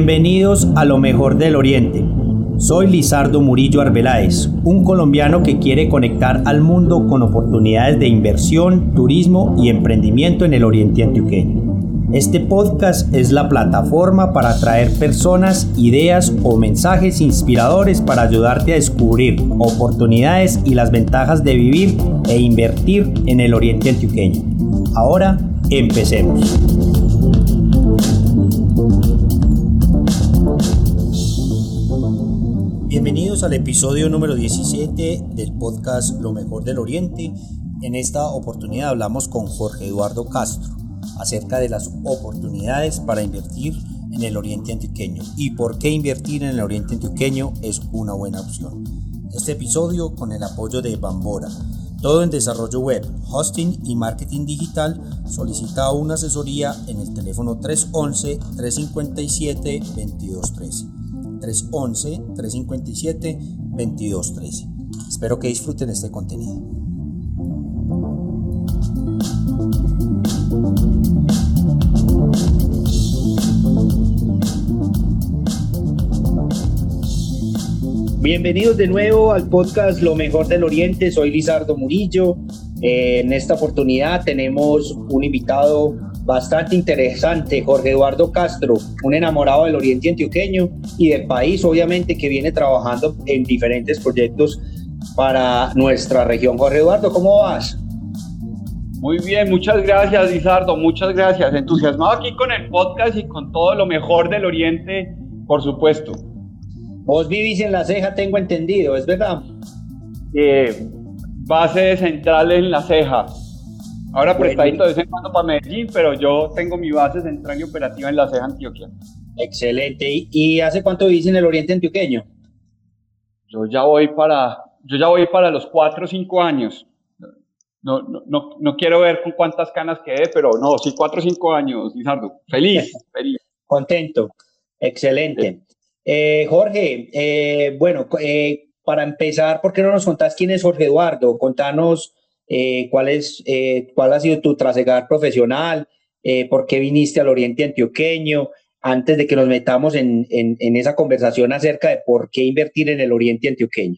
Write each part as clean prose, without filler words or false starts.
Bienvenidos a lo mejor del Oriente. Soy Lizardo Murillo Arbeláez, un colombiano que quiere conectar al mundo con oportunidades de inversión, turismo y emprendimiento en el Oriente Antioqueño. Este podcast es la plataforma para atraer personas, ideas o mensajes inspiradores para ayudarte a descubrir oportunidades y las ventajas de vivir e invertir en el Oriente Antioqueño. Ahora, empecemos. Bienvenidos al episodio número 17 del podcast Lo Mejor del Oriente. En esta oportunidad hablamos con Jorge Eduardo Castro acerca de las oportunidades para invertir en el Oriente Antioqueño y por qué invertir en el Oriente Antioqueño es una buena opción. Este episodio con el apoyo de Bambora, todo en desarrollo web, hosting y marketing digital. Solicita una asesoría en el teléfono 311-357-2213. 311-357-2213. Espero que disfruten este contenido. Bienvenidos de nuevo al podcast Lo Mejor del Oriente. Soy Lizardo Murillo. En esta oportunidad tenemos un invitado bastante interesante, Jorge Eduardo Castro, un enamorado del Oriente Antioqueño y del país, obviamente, que viene trabajando en diferentes proyectos para nuestra región. Jorge Eduardo, ¿cómo vas? Muy bien, muchas gracias, Lizardo, muchas gracias. Entusiasmado aquí con el podcast y con todo lo mejor del Oriente, por supuesto. Vos vivís en La Ceja, tengo entendido, ¿es verdad? Base central en La Ceja. Ahora prestadito de vez en cuando para Medellín, pero yo tengo mi base central y operativa en La Ceja, Antioquia. Excelente. ¿Y hace cuánto vivís en el Oriente Antioqueño? Yo ya voy para los 4 o 5 años. No quiero ver con cuántas canas quedé, pero no, sí 4 o 5 años, Lizardo. Feliz. Contento. Excelente. Jorge, para empezar, ¿por qué no nos contás quién es Jorge Eduardo? Contanos cuál ha sido tu trasegar profesional, por qué viniste al Oriente Antioqueño, antes de que nos metamos en esa conversación acerca de por qué invertir en el Oriente Antioqueño.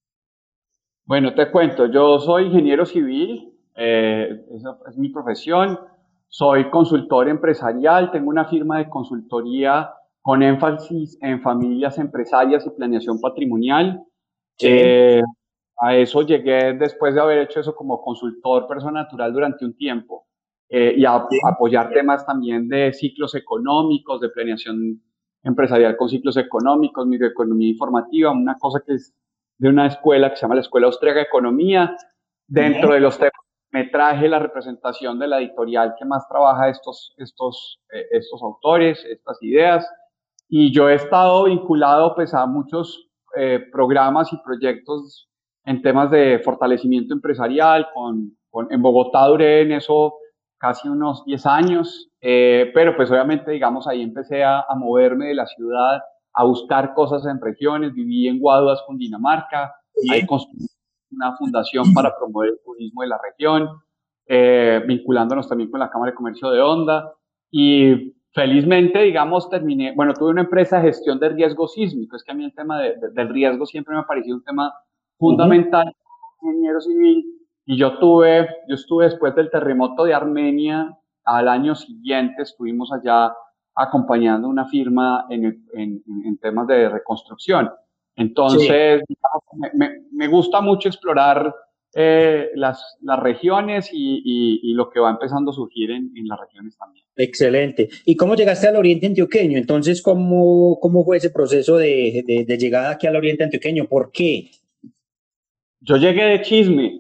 Bueno, te cuento, yo soy ingeniero civil, esa es mi profesión, soy consultor empresarial, tengo una firma de consultoría con énfasis en familias empresarias y planeación patrimonial. Sí. A eso llegué después de haber hecho eso como consultor persona natural durante un tiempo y a apoyar temas también de ciclos económicos, de planeación empresarial con ciclos económicos, microeconomía informativa, una cosa que es de una escuela que se llama la Escuela Austríaca de Economía. Dentro de los temas me traje la representación de la editorial que más trabaja estos autores, estas ideas, y yo he estado vinculado pues a muchos programas y proyectos en temas de fortalecimiento empresarial. En Bogotá duré en eso casi unos 10 años, pero pues obviamente, digamos, ahí empecé a moverme de la ciudad, a buscar cosas en regiones. Viví en Guaduas, Cundinamarca, ahí construí una fundación para promover el turismo de la región, vinculándonos también con la Cámara de Comercio de Honda, y felizmente, digamos, tuve una empresa de gestión de riesgo sísmico. Es que a mí el tema del riesgo siempre me ha parecido un tema fundamental, ingeniero civil, y yo estuve después del terremoto de Armenia, al año siguiente estuvimos allá acompañando una firma en temas de reconstrucción. Entonces, digamos, me gusta mucho explorar las regiones y lo que va empezando a surgir en las regiones también. Excelente. ¿Y cómo llegaste al Oriente Antioqueño? Entonces, ¿cómo fue ese proceso de llegada aquí al Oriente Antioqueño? ¿Por qué? Yo llegué de chisme.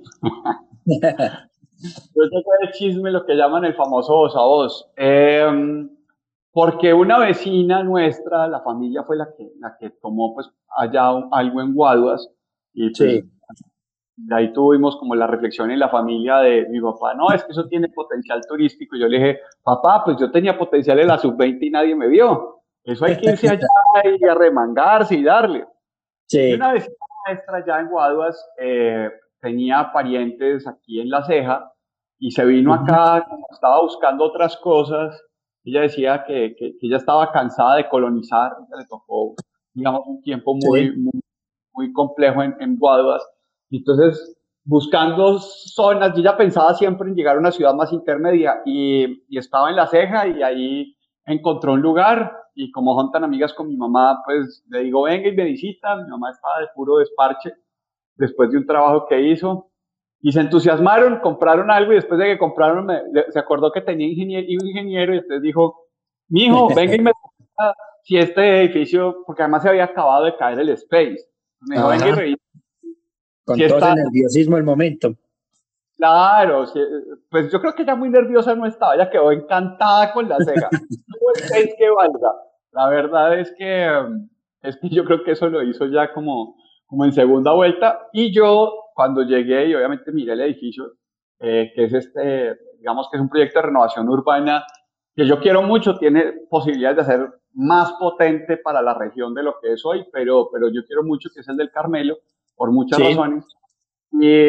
Lo que llaman el famoso voz a voz. Porque una vecina nuestra, la familia fue la que tomó pues allá algo en Guaduas, y pues de ahí tuvimos como la reflexión en la familia de mi papá: no, es que eso tiene potencial turístico. Y yo le dije: papá, pues yo tenía potencial en la sub-20 y nadie me vio. Eso hay que irse allá y arremangarse y darle. Y una vecina nuestra allá en Guaduas tenía parientes aquí en La Ceja y se vino acá, estaba buscando otras cosas, ella decía que ella estaba cansada de colonizar, ella le tocó, digamos, un tiempo Sí. muy complejo en Guaduas. Y entonces, buscando zonas, yo ya pensaba siempre en llegar a una ciudad más intermedia y estaba en La Ceja y ahí encontró un lugar y como son tan amigas con mi mamá, pues le digo, venga y me visita. Mi mamá estaba de puro desparche después de un trabajo que hizo y se entusiasmaron, compraron algo y después de que compraron se acordó que tenía un ingeniero y entonces dijo, mijo, venga y me diga si este edificio, porque además se había acabado de caer el Space, me dijo, venga y Ajá, revisa si con todo ese está nerviosismo el momento. claro, pues yo creo que ella muy nerviosa no estaba, ella quedó encantada con la Sega. No es que valga. La verdad es que yo creo que eso lo hizo ya como en segunda vuelta. Y yo, cuando llegué y obviamente miré el edificio, que es digamos que es un proyecto de renovación urbana que yo quiero mucho, tiene posibilidades de ser más potente para la región de lo que es hoy, pero yo quiero mucho que es el del Carmelo, por muchas Sí, razones. Y,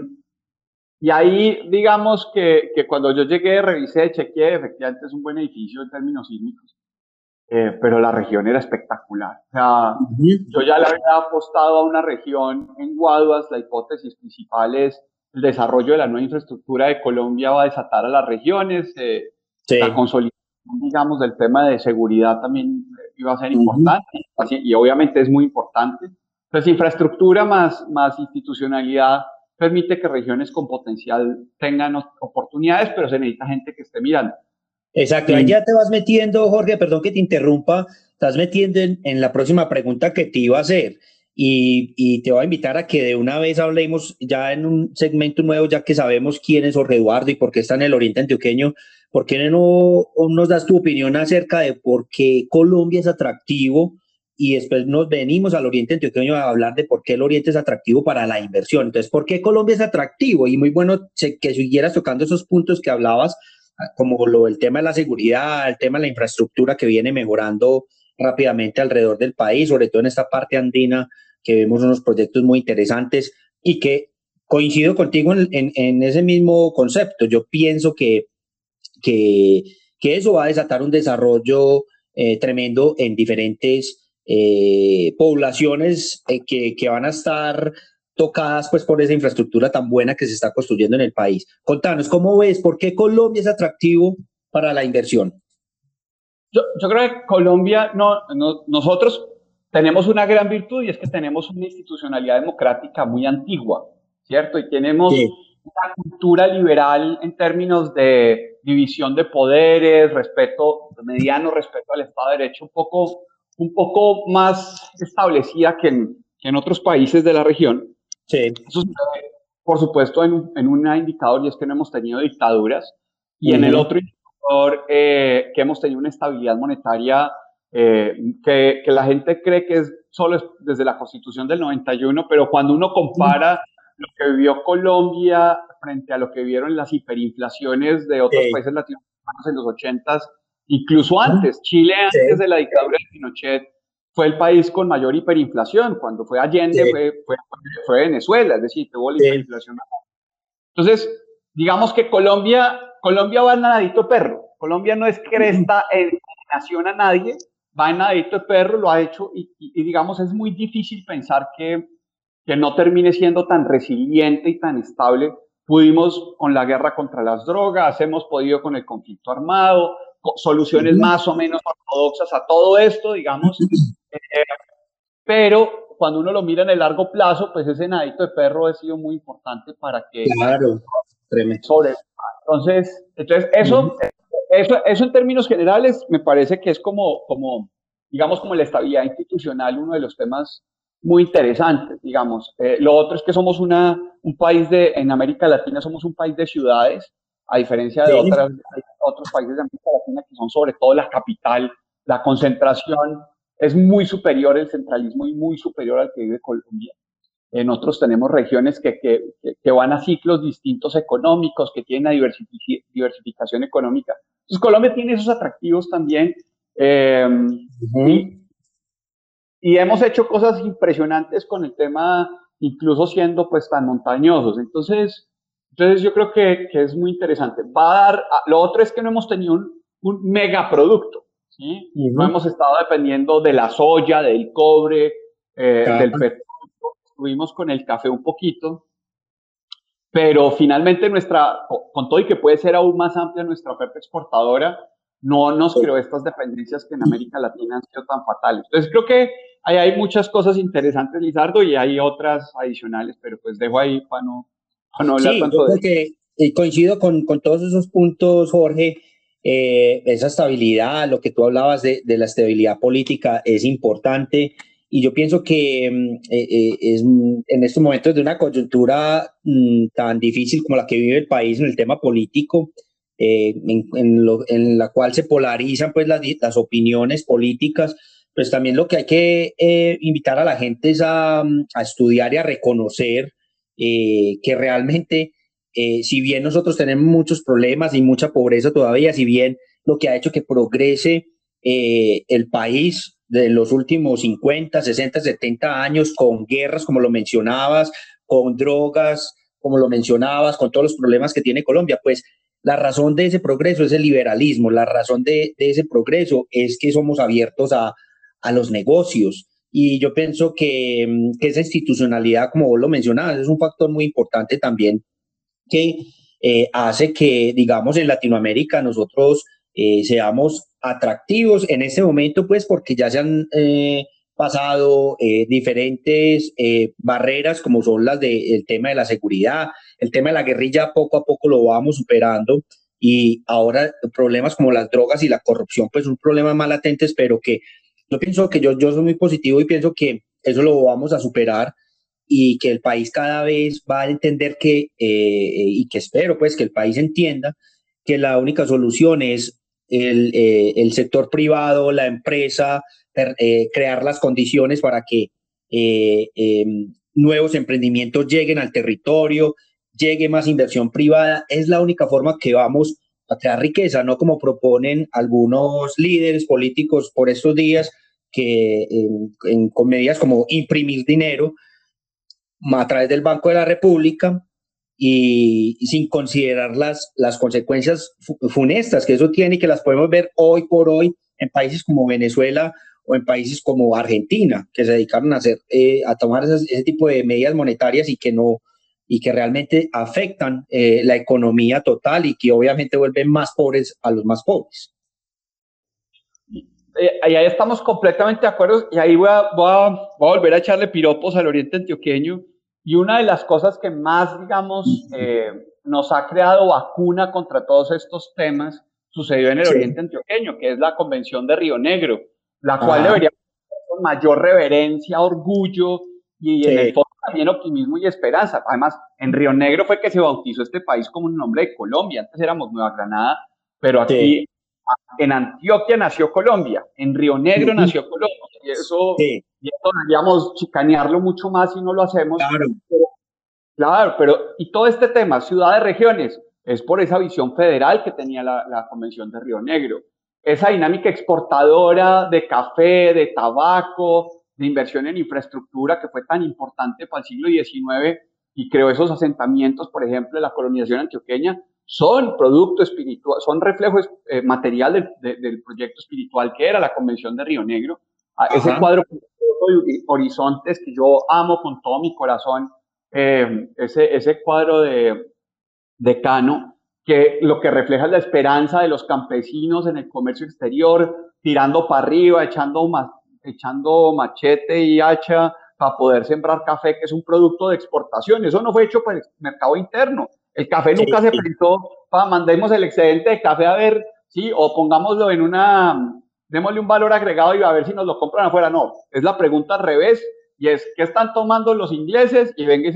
y ahí, digamos que cuando yo llegué, revisé, chequeé, efectivamente es un buen edificio en términos sísmicos, pero la región era espectacular. O sea, ujú, yo ya le había apostado a una región en Guaduas, la hipótesis principal es el desarrollo de la nueva infraestructura de Colombia va a desatar a las regiones, la sí, consolidación, digamos, del tema de seguridad también iba a ser ujú. importante, y obviamente es muy importante. Entonces, infraestructura más institucionalidad permite que regiones con potencial tengan oportunidades, pero se necesita gente que esté mirando. Exacto, ahí Y ya te vas metiendo, Jorge, perdón que te interrumpa, estás metiendo en la próxima pregunta que te iba a hacer y te voy a invitar a que de una vez hablemos ya en un segmento nuevo, ya que sabemos quién es Jorge Eduardo y por qué está en el Oriente Antioqueño, ¿por qué no nos das tu opinión acerca de por qué Colombia es atractivo? Y después nos venimos al Oriente Antioqueño a hablar de por qué el Oriente es atractivo para la inversión. Entonces, ¿por qué Colombia es atractivo? Y muy bueno que siguieras tocando esos puntos que hablabas como el tema de la seguridad, el tema de la infraestructura que viene mejorando rápidamente alrededor del país, sobre todo en esta parte andina, que vemos unos proyectos muy interesantes y que coincido contigo en ese mismo concepto. Yo pienso que, que eso va a desatar un desarrollo tremendo en diferentes poblaciones que van a estar tocadas pues por esa infraestructura tan buena que se está construyendo en el país. Contanos, ¿cómo ves? ¿Por qué Colombia es atractivo para la inversión? yo creo que Colombia, nosotros tenemos una gran virtud y es que tenemos una institucionalidad democrática muy antigua, ¿cierto? Y tenemos Sí. una cultura liberal en términos de división de poderes, mediano respeto al Estado de Derecho, un poco más establecida que en otros países de la región. Sí. Eso por supuesto, en un indicador y es que no hemos tenido dictaduras, y en el Uh-huh. otro indicador que hemos tenido una estabilidad monetaria que la gente cree que es solo desde la Constitución del 91, pero cuando uno compara lo que vivió Colombia frente a lo que vieron las hiperinflaciones de otros Sí. países latinoamericanos en los 80s, incluso Uh-huh. antes, Chile antes Sí. de la dictadura de Pinochet fue el país con mayor hiperinflación. Cuando fue Allende Sí. fue Venezuela, es decir, tuvo la Sí. hiperinflación. Entonces, digamos que Colombia va en nadadito perro. Colombia no es cresta en nación a nadie, va en nadadito de perro, lo ha hecho y digamos es muy difícil pensar que no termine siendo tan resiliente y tan estable. Pudimos con la guerra contra las drogas, hemos podido con el conflicto armado, soluciones Uh-huh. más o menos ortodoxas a todo esto, digamos, pero cuando uno lo mira en el largo plazo, pues ese nadito de perro ha sido muy importante para que Claro. Tremendo. sobre. Entonces Uh-huh. eso en términos generales me parece que es digamos, como la estabilidad institucional, uno de los temas muy interesantes, digamos. Lo otro es que somos un país en América Latina somos un país de ciudades, a diferencia de Sí. otros países de América Latina que son sobre todo la capital, la concentración es muy superior, el centralismo y muy superior al que vive Colombia. En otros tenemos regiones que van a ciclos distintos económicos, que tienen una diversificación económica. Entonces Colombia tiene esos atractivos también eh, Uh-huh. y, y hemos hecho cosas impresionantes con el tema, incluso siendo pues tan montañosos. Entonces yo creo que es muy interesante. Lo otro es que no hemos tenido un megaproducto, ¿sí? No Ujú. hemos estado dependiendo de la soya, del cobre, del Claro. petróleo, estuvimos con el café un poquito, pero finalmente con todo y que puede ser aún más amplia nuestra oferta exportadora, no nos creó estas dependencias que en América Latina han sido tan fatales. Entonces creo que ahí hay muchas cosas interesantes, Lizardo, y hay otras adicionales, pero pues dejo ahí para no hablar Sí, yo tanto de creo eso. que coincido con todos esos puntos, Jorge. Esa estabilidad, lo que tú hablabas de la estabilidad política es importante y yo pienso que en estos momentos de una coyuntura tan difícil como la que vive el país en el tema político, en la cual se polarizan pues las opiniones políticas, pues también lo que hay que invitar a la gente es a estudiar y a reconocer que realmente, si bien nosotros tenemos muchos problemas y mucha pobreza todavía, si bien lo que ha hecho que progrese el país de los últimos 50, 60, 70 años con guerras, como lo mencionabas, con drogas, como lo mencionabas, con todos los problemas que tiene Colombia, pues la razón de ese progreso es el liberalismo, la razón de ese progreso es que somos abiertos a los negocios, y yo pienso que esa institucionalidad, como vos lo mencionabas, es un factor muy importante también que hace que, digamos, en Latinoamérica nosotros seamos atractivos en este momento, pues porque ya se han pasado diferentes barreras, como son las del tema de la seguridad, el tema de la guerrilla, poco a poco lo vamos superando. Y ahora problemas como las drogas y la corrupción, pues son problemas más latentes, pero que yo pienso que yo soy muy positivo y pienso que eso lo vamos a superar y que el país cada vez va a entender y que espero pues que el país entienda que la única solución es el sector privado, la empresa, crear las condiciones para que eh, eh, nuevos emprendimientos lleguen al territorio, llegue más inversión privada. Es la única forma que vamos a crear riqueza, no como proponen algunos líderes políticos por estos días, que con medidas como imprimir dinero a través del Banco de la República y sin considerar las consecuencias funestas que eso tiene y que las podemos ver hoy por hoy en países como Venezuela o en países como Argentina, que se dedicaron a tomar ese tipo de medidas monetarias y que realmente afectan la economía total y que obviamente vuelven más pobres a los más pobres. Ahí estamos completamente de acuerdo y ahí voy a volver a echarle piropos al Oriente Antioqueño y una de las cosas que más, digamos, nos ha creado vacuna contra todos estos temas sucedió en el Sí. Oriente Antioqueño, que es la Convención de Río Negro, la cual Ajá. debería con mayor reverencia, orgullo y en el Sí. fondo también optimismo y esperanza. Además, en Río Negro fue que se bautizó este país como un nombre de Colombia. Antes éramos Nueva Granada, pero Sí. aquí en Antioquia nació Colombia, en Río Negro Uh-huh. nació Colombia, Sí. y eso deberíamos chicanearlo mucho más si no lo hacemos. Claro. Pero, claro, y todo este tema, ciudades, regiones, es por esa visión federal que tenía la Convención de Río Negro. Esa dinámica exportadora de café, de tabaco, de inversión en infraestructura que fue tan importante para el siglo XIX y creó esos asentamientos, por ejemplo, de la colonización antioqueña, son producto espiritual, son reflejo material del proyecto espiritual que era la Convención de Río Negro. Ese Ajá. cuadro de horizontes que yo amo con todo mi corazón, ese cuadro de Cano, que lo que refleja es la esperanza de los campesinos en el comercio exterior, tirando para arriba, echando machete y hacha para poder sembrar café, que es un producto de exportación. Eso no fue hecho para el mercado interno. El café Sí, nunca se sí. pensó, mandemos el excedente de café a ver, sí, o pongámoslo démosle un valor agregado y a ver si nos lo compran afuera. No, es la pregunta al revés, y es, ¿qué están tomando los ingleses? Y venga y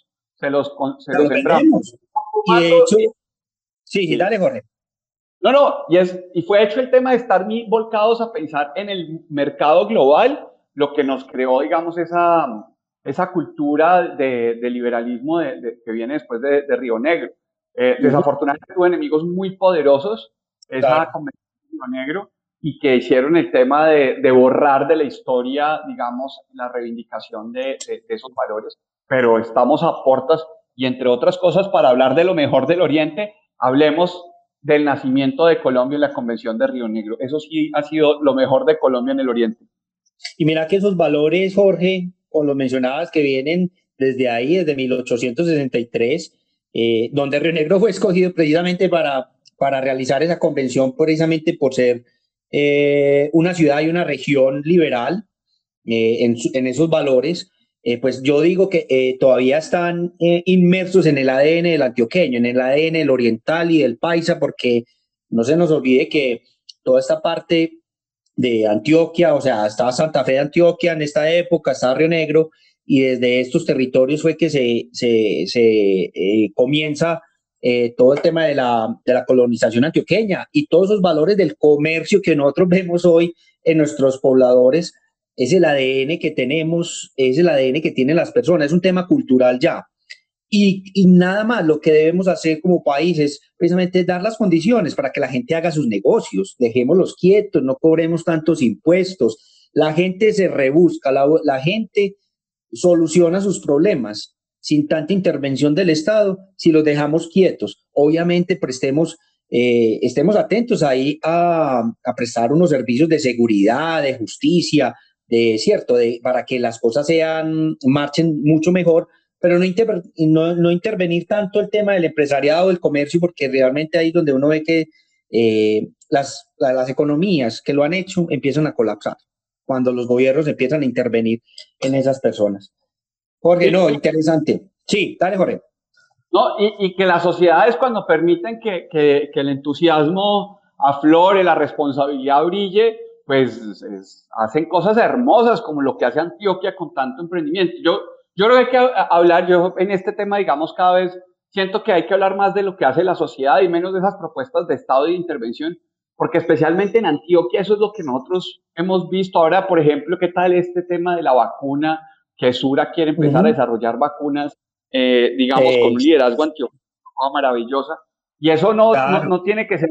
se Ya los lo sembramos. vendemos. Y de hecho, sí, sí, Sí. dale, Jorge. No, no, y fue hecho el tema de estar muy volcados a pensar en el mercado global, lo que nos creó, digamos, esa cultura de liberalismo que viene después de Río Negro. Uh-huh. Desafortunadamente tuvo enemigos muy poderosos, esa Claro. convención de Río Negro, y que hicieron el tema de borrar de la historia, digamos, la reivindicación de esos valores. Pero estamos a puertas, y entre otras cosas, para hablar de lo mejor del Oriente, hablemos del nacimiento de Colombia en la Convención de Río Negro. Eso sí ha sido lo mejor de Colombia en el Oriente. Y mira que esos valores, Jorge, como lo mencionabas, que vienen desde ahí, desde 1863, donde Río Negro fue escogido precisamente para realizar esa convención, precisamente por ser una ciudad y una región liberal en esos valores, pues yo digo que todavía están inmersos en el ADN del antioqueño, en el ADN del oriental y del paisa, porque no se nos olvide que toda esta parte de Antioquia, o sea, estaba Santa Fe de Antioquia en esta época, estaba Río Negro, y desde estos territorios fue que se comienza todo el tema de la colonización antioqueña y todos esos valores del comercio que nosotros vemos hoy en nuestros pobladores, es el ADN que tenemos, es el ADN que tienen las personas, es un tema cultural ya. Y nada más lo que debemos hacer como país es precisamente dar las condiciones para que la gente haga sus negocios, dejémoslos quietos, no cobremos tantos impuestos, la gente se rebusca, la gente soluciona sus problemas sin tanta intervención del Estado si los dejamos quietos. Obviamente estemos atentos ahí a prestar unos servicios de seguridad, de justicia, para que las cosas marchen mucho mejor, pero no intervenir tanto el tema del empresariado, del comercio, porque realmente ahí es donde uno ve que las economías que lo han hecho empiezan a colapsar, cuando los gobiernos empiezan a intervenir en esas personas. Jorge, no, interesante. Sí, dale, Jorge. No, y que las sociedades cuando permiten que el entusiasmo aflore, la responsabilidad brille, pues hacen cosas hermosas como lo que hace Antioquia con tanto emprendimiento. Yo creo que hay que hablar, yo en este tema, digamos, cada vez siento que hay que hablar más de lo que hace la sociedad y menos de esas propuestas de Estado y de intervención, porque especialmente en Antioquia eso es lo que nosotros hemos visto. Ahora, por ejemplo, ¿qué tal este tema de la vacuna? Que Sura quiere empezar a desarrollar vacunas, digamos, con un liderazgo antioqueño maravillosa. Y eso no tiene que ser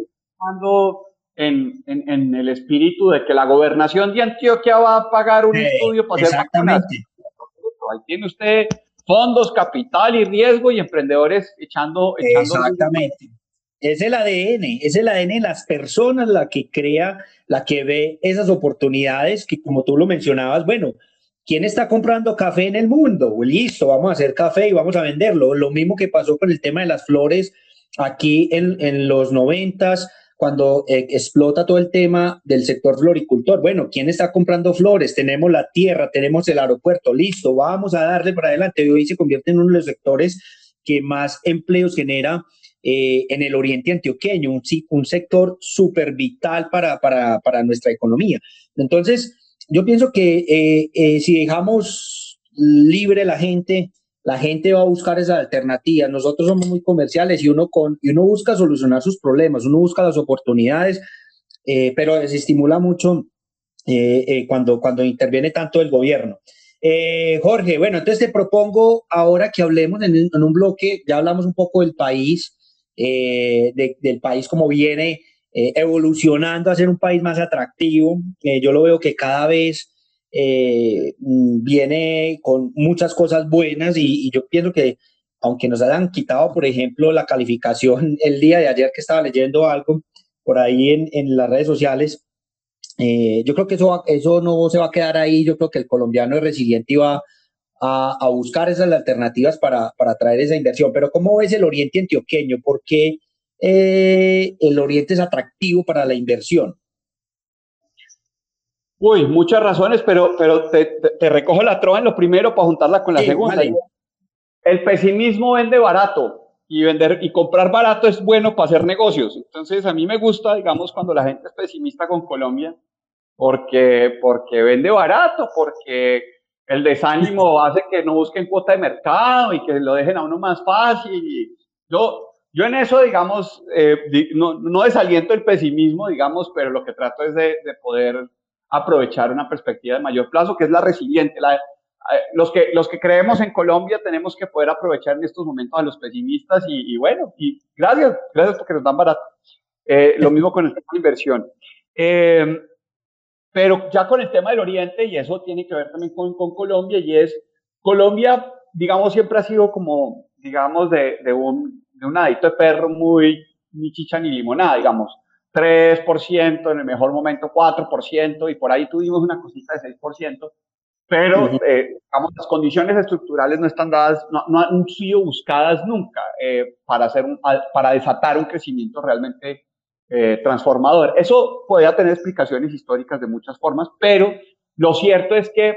en el espíritu de que la gobernación de Antioquia va a pagar un estudio para hacer vacunas. Ahí tiene usted fondos, capital y riesgo y emprendedores echando. Exactamente. Es el ADN de las personas la que crea, la que ve esas oportunidades que, como tú lo mencionabas, bueno, ¿quién está comprando café en el mundo? Listo, vamos a hacer café y vamos a venderlo. Lo mismo que pasó con el tema de las flores aquí en los 90s, cuando explota todo el tema del sector floricultor. Bueno, ¿quién está comprando flores? Tenemos la tierra, tenemos el aeropuerto, listo, vamos a darle para adelante. Y hoy se convierte en uno de los sectores que más empleos genera en el oriente antioqueño, un sector súper vital para nuestra economía. Entonces, yo pienso que si dejamos libre la gente va a buscar esas alternativas. Nosotros somos muy comerciales y uno busca solucionar sus problemas, uno busca las oportunidades, pero se estimula mucho cuando interviene tanto el gobierno. Jorge, bueno, entonces te propongo ahora que hablemos en un bloque, ya hablamos un poco del país, del país como viene evolucionando a ser un país más atractivo. Yo lo veo que cada vez viene con muchas cosas buenas y yo pienso que aunque nos hayan quitado, por ejemplo, la calificación el día de ayer que estaba leyendo algo por ahí en las redes sociales, yo creo que eso no se va a quedar ahí. Yo creo que el colombiano es resiliente y va a buscar esas alternativas para atraer esa inversión. Pero ¿cómo ves el oriente antioqueño? ¿Por qué el oriente es atractivo para la inversión? Uy, muchas razones, pero te recojo la trova en lo primero para juntarla con la segunda. Vale. El pesimismo vende barato y comprar barato es bueno para hacer negocios. Entonces, a mí me gusta, digamos, cuando la gente es pesimista con Colombia, porque vende barato, porque el desánimo hace que no busquen cuota de mercado y que lo dejen a uno más fácil. Yo en eso, digamos, no desaliento el pesimismo, digamos, pero lo que trato es de poder aprovechar una perspectiva de mayor plazo, que es la resiliente. Los que creemos en Colombia tenemos que poder aprovechar en estos momentos a los pesimistas y bueno, y gracias porque nos dan barato. Lo mismo con el tema de inversión. Pero ya con el tema del Oriente, y eso tiene que ver también con Colombia, y es, Colombia, digamos, siempre ha sido como, digamos, de un adicto de perro muy ni chicha ni limonada, digamos, 3%, en el mejor momento 4%, y por ahí tuvimos una cosita de 6%, pero digamos, las condiciones estructurales no están dadas, no han sido buscadas nunca para desatar un crecimiento realmente transformador. Eso podría tener explicaciones históricas de muchas formas, pero lo cierto es que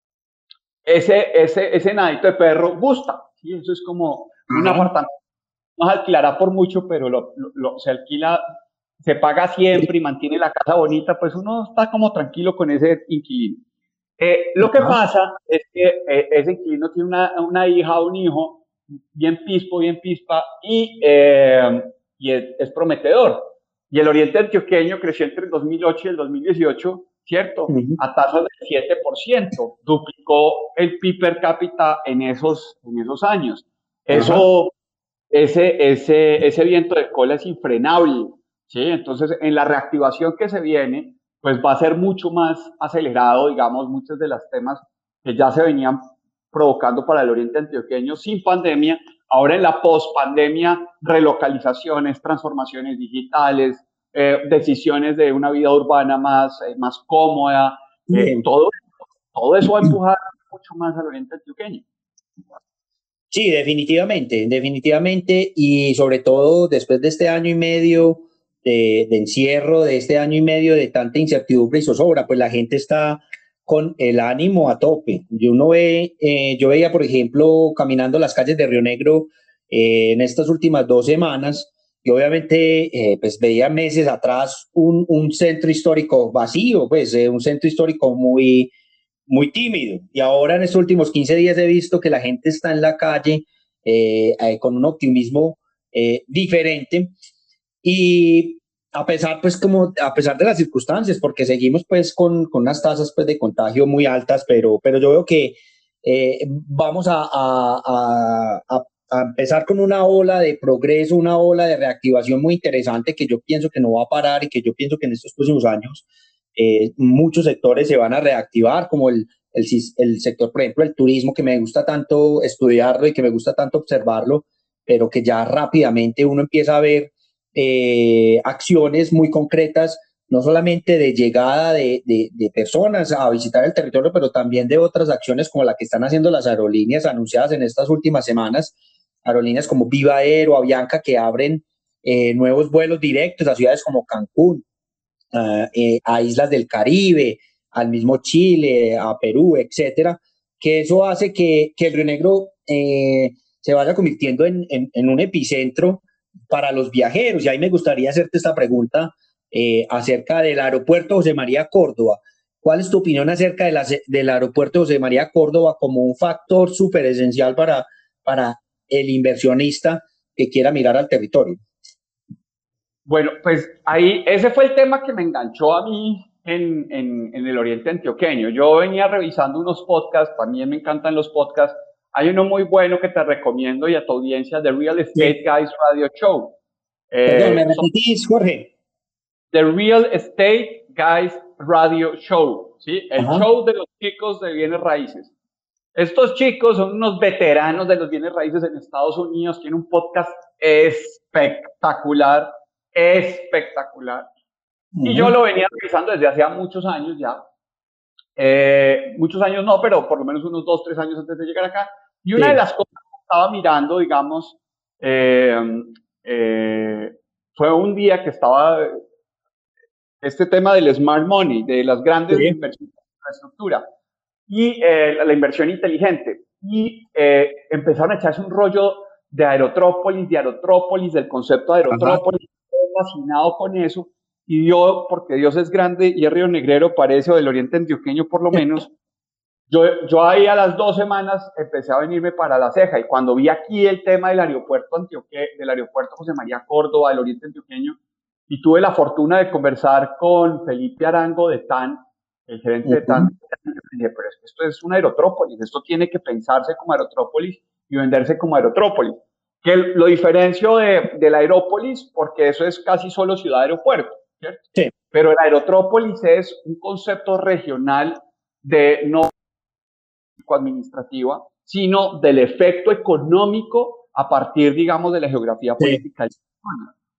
ese nadito de perro gusta, ¿sí? Eso es como un apartamento, no se alquilará por mucho, pero se alquila, se paga siempre y mantiene la casa bonita, pues uno está como tranquilo con ese inquilino. Lo que pasa es que ese inquilino tiene una hija o un hijo bien pispo, bien pispa, y es prometedor. Y el Oriente Antioqueño creció entre el 2008 y el 2018, ¿cierto? A tasas del 7%, duplicó el PIB per cápita en esos años. Ese viento de cola es infrenable, ¿sí? Entonces, en la reactivación que se viene, pues va a ser mucho más acelerado, digamos, muchos de los temas que ya se venían provocando para el Oriente Antioqueño sin pandemia. Ahora en la pospandemia, relocalizaciones, transformaciones digitales, decisiones de una vida urbana más cómoda, todo eso va a empujar mucho más al Oriente Antioqueño. Sí, definitivamente, definitivamente, y sobre todo después de este año y medio de encierro, de este año y medio de tanta incertidumbre y zozobra, pues la gente está con el ánimo a tope. Yo veía, por ejemplo, caminando las calles de Río Negro en estas últimas 2 semanas, y obviamente pues veía meses atrás un centro histórico vacío, pues un centro histórico muy tímido. Y ahora en estos últimos 15 días he visto que la gente está en la calle con un optimismo diferente. Y a pesar de las circunstancias, porque seguimos pues con unas tasas pues de contagio muy altas, pero yo veo que vamos a empezar con una ola de progreso, una ola de reactivación muy interesante que yo pienso que no va a parar y que yo pienso que en estos próximos años muchos sectores se van a reactivar, como el sector, por ejemplo, el turismo, que me gusta tanto estudiarlo y que me gusta tanto observarlo, pero que ya rápidamente uno empieza a ver acciones muy concretas, no solamente de llegada de personas a visitar el territorio, pero también de otras acciones como la que están haciendo las aerolíneas anunciadas en estas últimas semanas, aerolíneas como Viva Air o Avianca, que abren nuevos vuelos directos a ciudades como Cancún, a islas del Caribe, al mismo Chile, a Perú, etcétera, que eso hace que el Río Negro se vaya convirtiendo en un epicentro para los viajeros. Y ahí me gustaría hacerte esta pregunta acerca del aeropuerto José María Córdoba. ¿Cuál es tu opinión acerca del aeropuerto José María Córdoba como un factor súper esencial para el inversionista que quiera mirar al territorio? Bueno, pues ahí, ese fue el tema que me enganchó a mí en el Oriente Antioqueño. Yo venía revisando unos podcasts, también me encantan los podcasts. Hay uno muy bueno que te recomiendo y a tu audiencia, The Real Estate Guys Radio Show. Perdón, ¿me repetís, Jorge? The Real Estate Guys Radio Show, ¿sí? El show de los chicos de bienes raíces. Estos chicos son unos veteranos de los bienes raíces en Estados Unidos, tienen un podcast espectacular. Y yo lo venía revisando desde hace muchos años ya. Muchos años no, pero por lo menos unos 2, 3 años antes de llegar acá. Y una de las cosas que estaba mirando, digamos, fue un día que estaba este tema del smart money, de las grandes inversiones en infraestructura y la inversión inteligente. Y empezaron a echarse un rollo de Aerotrópolis, del concepto de Aerotrópolis. Fascinado con eso. Y yo, porque Dios es grande y es Río Negrero, parece, o del Oriente Antioqueño por lo menos, yo ahí a las 2 semanas empecé a venirme para La Ceja, y cuando vi aquí el tema del aeropuerto José María Córdoba, del Oriente Antioqueño, y tuve la fortuna de conversar con Felipe Arango de TAN, el gerente de TAN, dije, pero esto es una aerotrópolis, esto tiene que pensarse como aerotrópolis y venderse como aerotrópolis. Que lo diferencio de la aerópolis, porque eso es casi solo ciudad-aeropuerto, ¿cierto? Sí. Pero el aerotrópolis es un concepto regional de no administrativa, sino del efecto económico a partir, digamos, de la geografía política.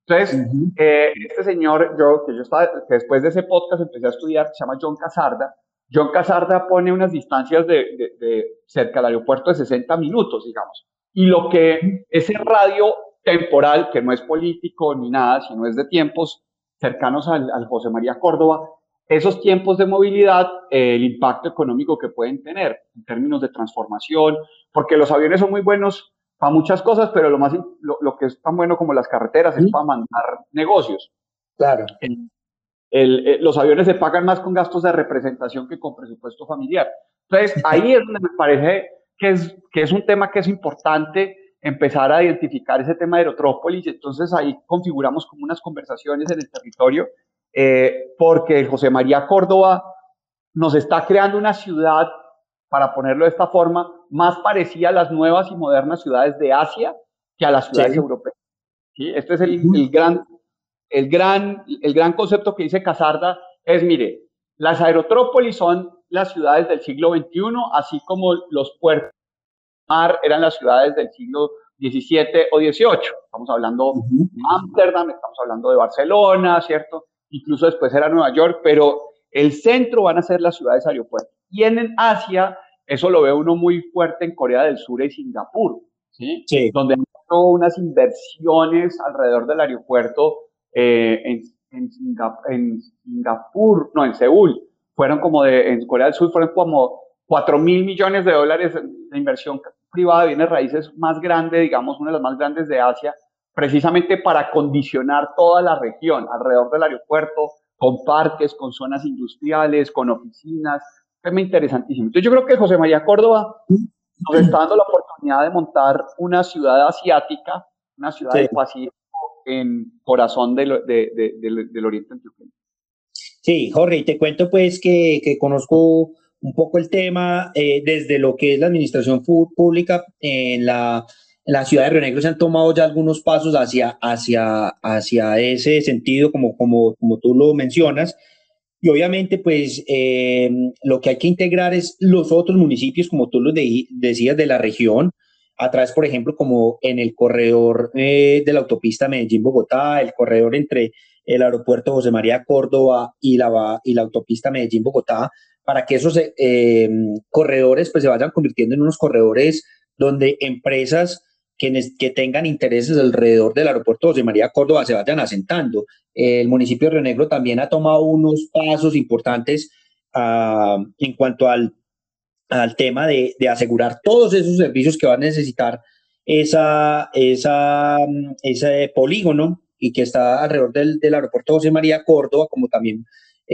Entonces, Ujú. este señor, que después de ese podcast empecé a estudiar, se llama John Casarda. John Casarda pone unas distancias de cerca del aeropuerto de 60 minutos, digamos. Y lo que ese radio temporal, que no es político ni nada, sino es de tiempos cercanos al José María Córdoba, esos tiempos de movilidad, el impacto económico que pueden tener en términos de transformación, porque los aviones son muy buenos para muchas cosas, pero lo que es tan bueno como las carreteras es Sí, para mandar negocios. claro. Los aviones se pagan más con gastos de representación que con presupuesto familiar. Entonces, ahí es donde me parece que es un tema que es importante empezar a identificar ese tema de Aerotrópolis. Entonces, ahí configuramos como unas conversaciones en el territorio, porque José María Córdoba nos está creando una ciudad, para ponerlo de esta forma, más parecida a las nuevas y modernas ciudades de Asia que a las ciudades Sí. europeas. ¿Sí? Este es el gran concepto que dice Casarda, es, mire, las aerotrópolis son las ciudades del siglo XXI, así como los puertos de mar eran las ciudades del siglo XVII o XVIII. Estamos hablando Ujú. de Ámsterdam, estamos hablando de Barcelona, ¿cierto? Incluso después era Nueva York, pero el centro van a ser las ciudades aeropuertos. Y en Asia, eso lo ve uno muy fuerte en Corea del Sur y Singapur, ¿sí? Sí. Donde han hecho unas inversiones alrededor del aeropuerto en Singapur, no, en Seúl, en Corea del Sur fueron como 4.000 millones de dólares de inversión privada de bienes raíces más grande, digamos, una de las más grandes de Asia, precisamente para condicionar toda la región alrededor del aeropuerto, con parques, con zonas industriales, con oficinas. Es muy interesantísimo. Entonces yo creo que José María Córdoba nos está dando la oportunidad de montar una ciudad asiática, una ciudad Sí. del Pacífico en corazón del Oriente Antioqueño. Sí, Jorge, y te cuento pues que conozco un poco el tema desde lo que es la administración pública en la ciudad de Río Negro se han tomado ya algunos pasos hacia ese sentido, como tú lo mencionas. Y obviamente, pues lo que hay que integrar es los otros municipios, como tú decías, de la región, a través, por ejemplo, como en el corredor de la autopista Medellín-Bogotá, el corredor entre el aeropuerto José María Córdoba y la autopista Medellín-Bogotá, para que esos corredores pues, se vayan convirtiendo en unos corredores donde empresas que tengan intereses alrededor del aeropuerto José María Córdoba se vayan asentando. El municipio de Río Negro también ha tomado unos pasos importantes en cuanto al tema de asegurar todos esos servicios que va a necesitar ese polígono y que está alrededor del aeropuerto José María Córdoba, como también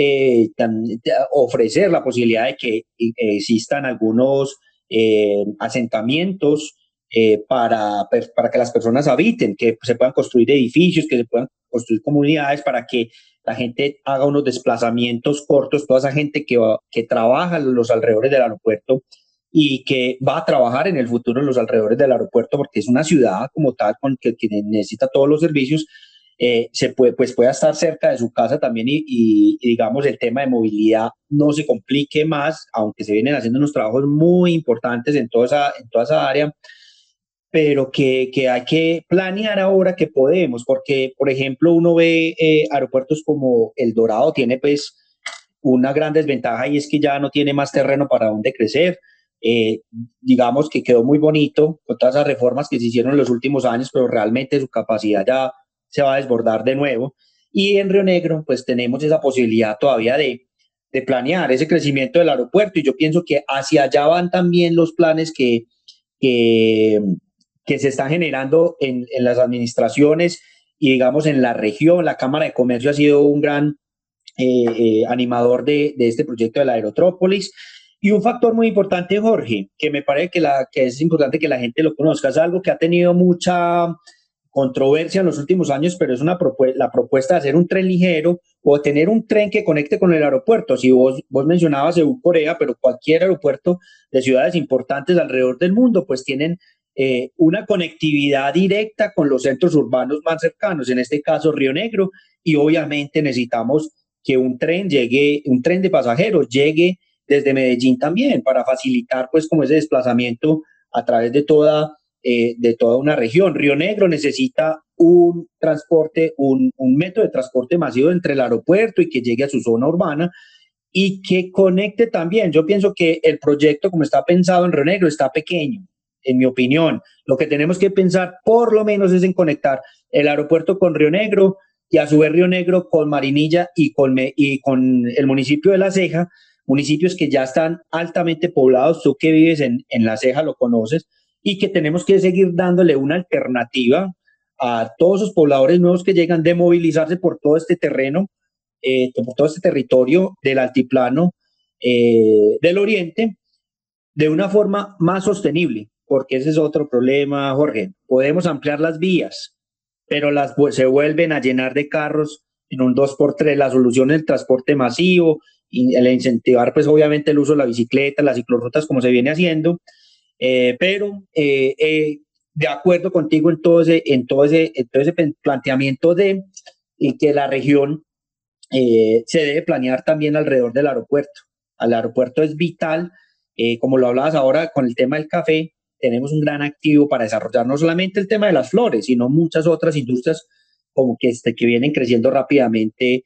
ofrecer la posibilidad de que existan algunos asentamientos para que las personas habiten, que se puedan construir edificios, que se puedan construir comunidades para que la gente haga unos desplazamientos cortos, toda esa gente que trabaja en los alrededores del aeropuerto y que va a trabajar en el futuro en los alrededores del aeropuerto, porque es una ciudad como tal que necesita todos los servicios, pueda estar cerca de su casa también y digamos el tema de movilidad no se complique más, aunque se vienen haciendo unos trabajos muy importantes en toda esa área, pero que hay que planear ahora que podemos, porque, por ejemplo, uno ve aeropuertos como El Dorado, tiene pues una gran desventaja y es que ya no tiene más terreno para dónde crecer. Eh, digamos que quedó muy bonito con todas esas reformas que se hicieron en los últimos años, pero realmente su capacidad ya se va a desbordar de nuevo. Y en Río Negro, pues tenemos esa posibilidad todavía de planear ese crecimiento del aeropuerto y yo pienso que hacia allá van también los planes que, que se están generando en las administraciones y digamos en la región. La Cámara de Comercio ha sido un gran animador de este proyecto de la Aerotrópolis. Y un factor muy importante, Jorge, que me parece que es importante que la gente lo conozca, es algo que ha tenido mucha controversia en los últimos años, pero es la propuesta de hacer un tren ligero o tener un tren que conecte con el aeropuerto. Si vos mencionabas Seúl, Corea, pero cualquier aeropuerto de ciudades importantes alrededor del mundo, pues tienen una conectividad directa con los centros urbanos más cercanos, en este caso Río Negro, y obviamente necesitamos que un tren de pasajeros llegue desde Medellín también para facilitar pues como ese desplazamiento a través de toda una región. Río Negro necesita un transporte, un método de transporte masivo entre el aeropuerto y que llegue a su zona urbana y que conecte también. Yo pienso que el proyecto, como está pensado en Río Negro, está pequeño, en mi opinión. Lo que tenemos que pensar, por lo menos, es en conectar el aeropuerto con Río Negro y a su vez Río Negro con Marinilla y con el municipio de La Ceja, municipios que ya están altamente poblados. Tú que vives en La Ceja lo conoces, y que tenemos que seguir dándole una alternativa a todos esos pobladores nuevos que llegan de movilizarse por todo este terreno, por todo este territorio del altiplano del oriente, de una forma más sostenible, porque ese es otro problema, Jorge. Podemos ampliar las vías, pero se vuelven a llenar de carros en un 2x3. La solución es el transporte masivo y el incentivar, pues obviamente, el uso de la bicicleta, las ciclorrutas, como se viene haciendo, pero de acuerdo contigo en todo ese planteamiento de y que la región se debe planear también alrededor del aeropuerto. El aeropuerto es vital, como lo hablabas ahora con el tema del café. Tenemos un gran activo para desarrollar no solamente el tema de las flores, sino muchas otras industrias como que vienen creciendo rápidamente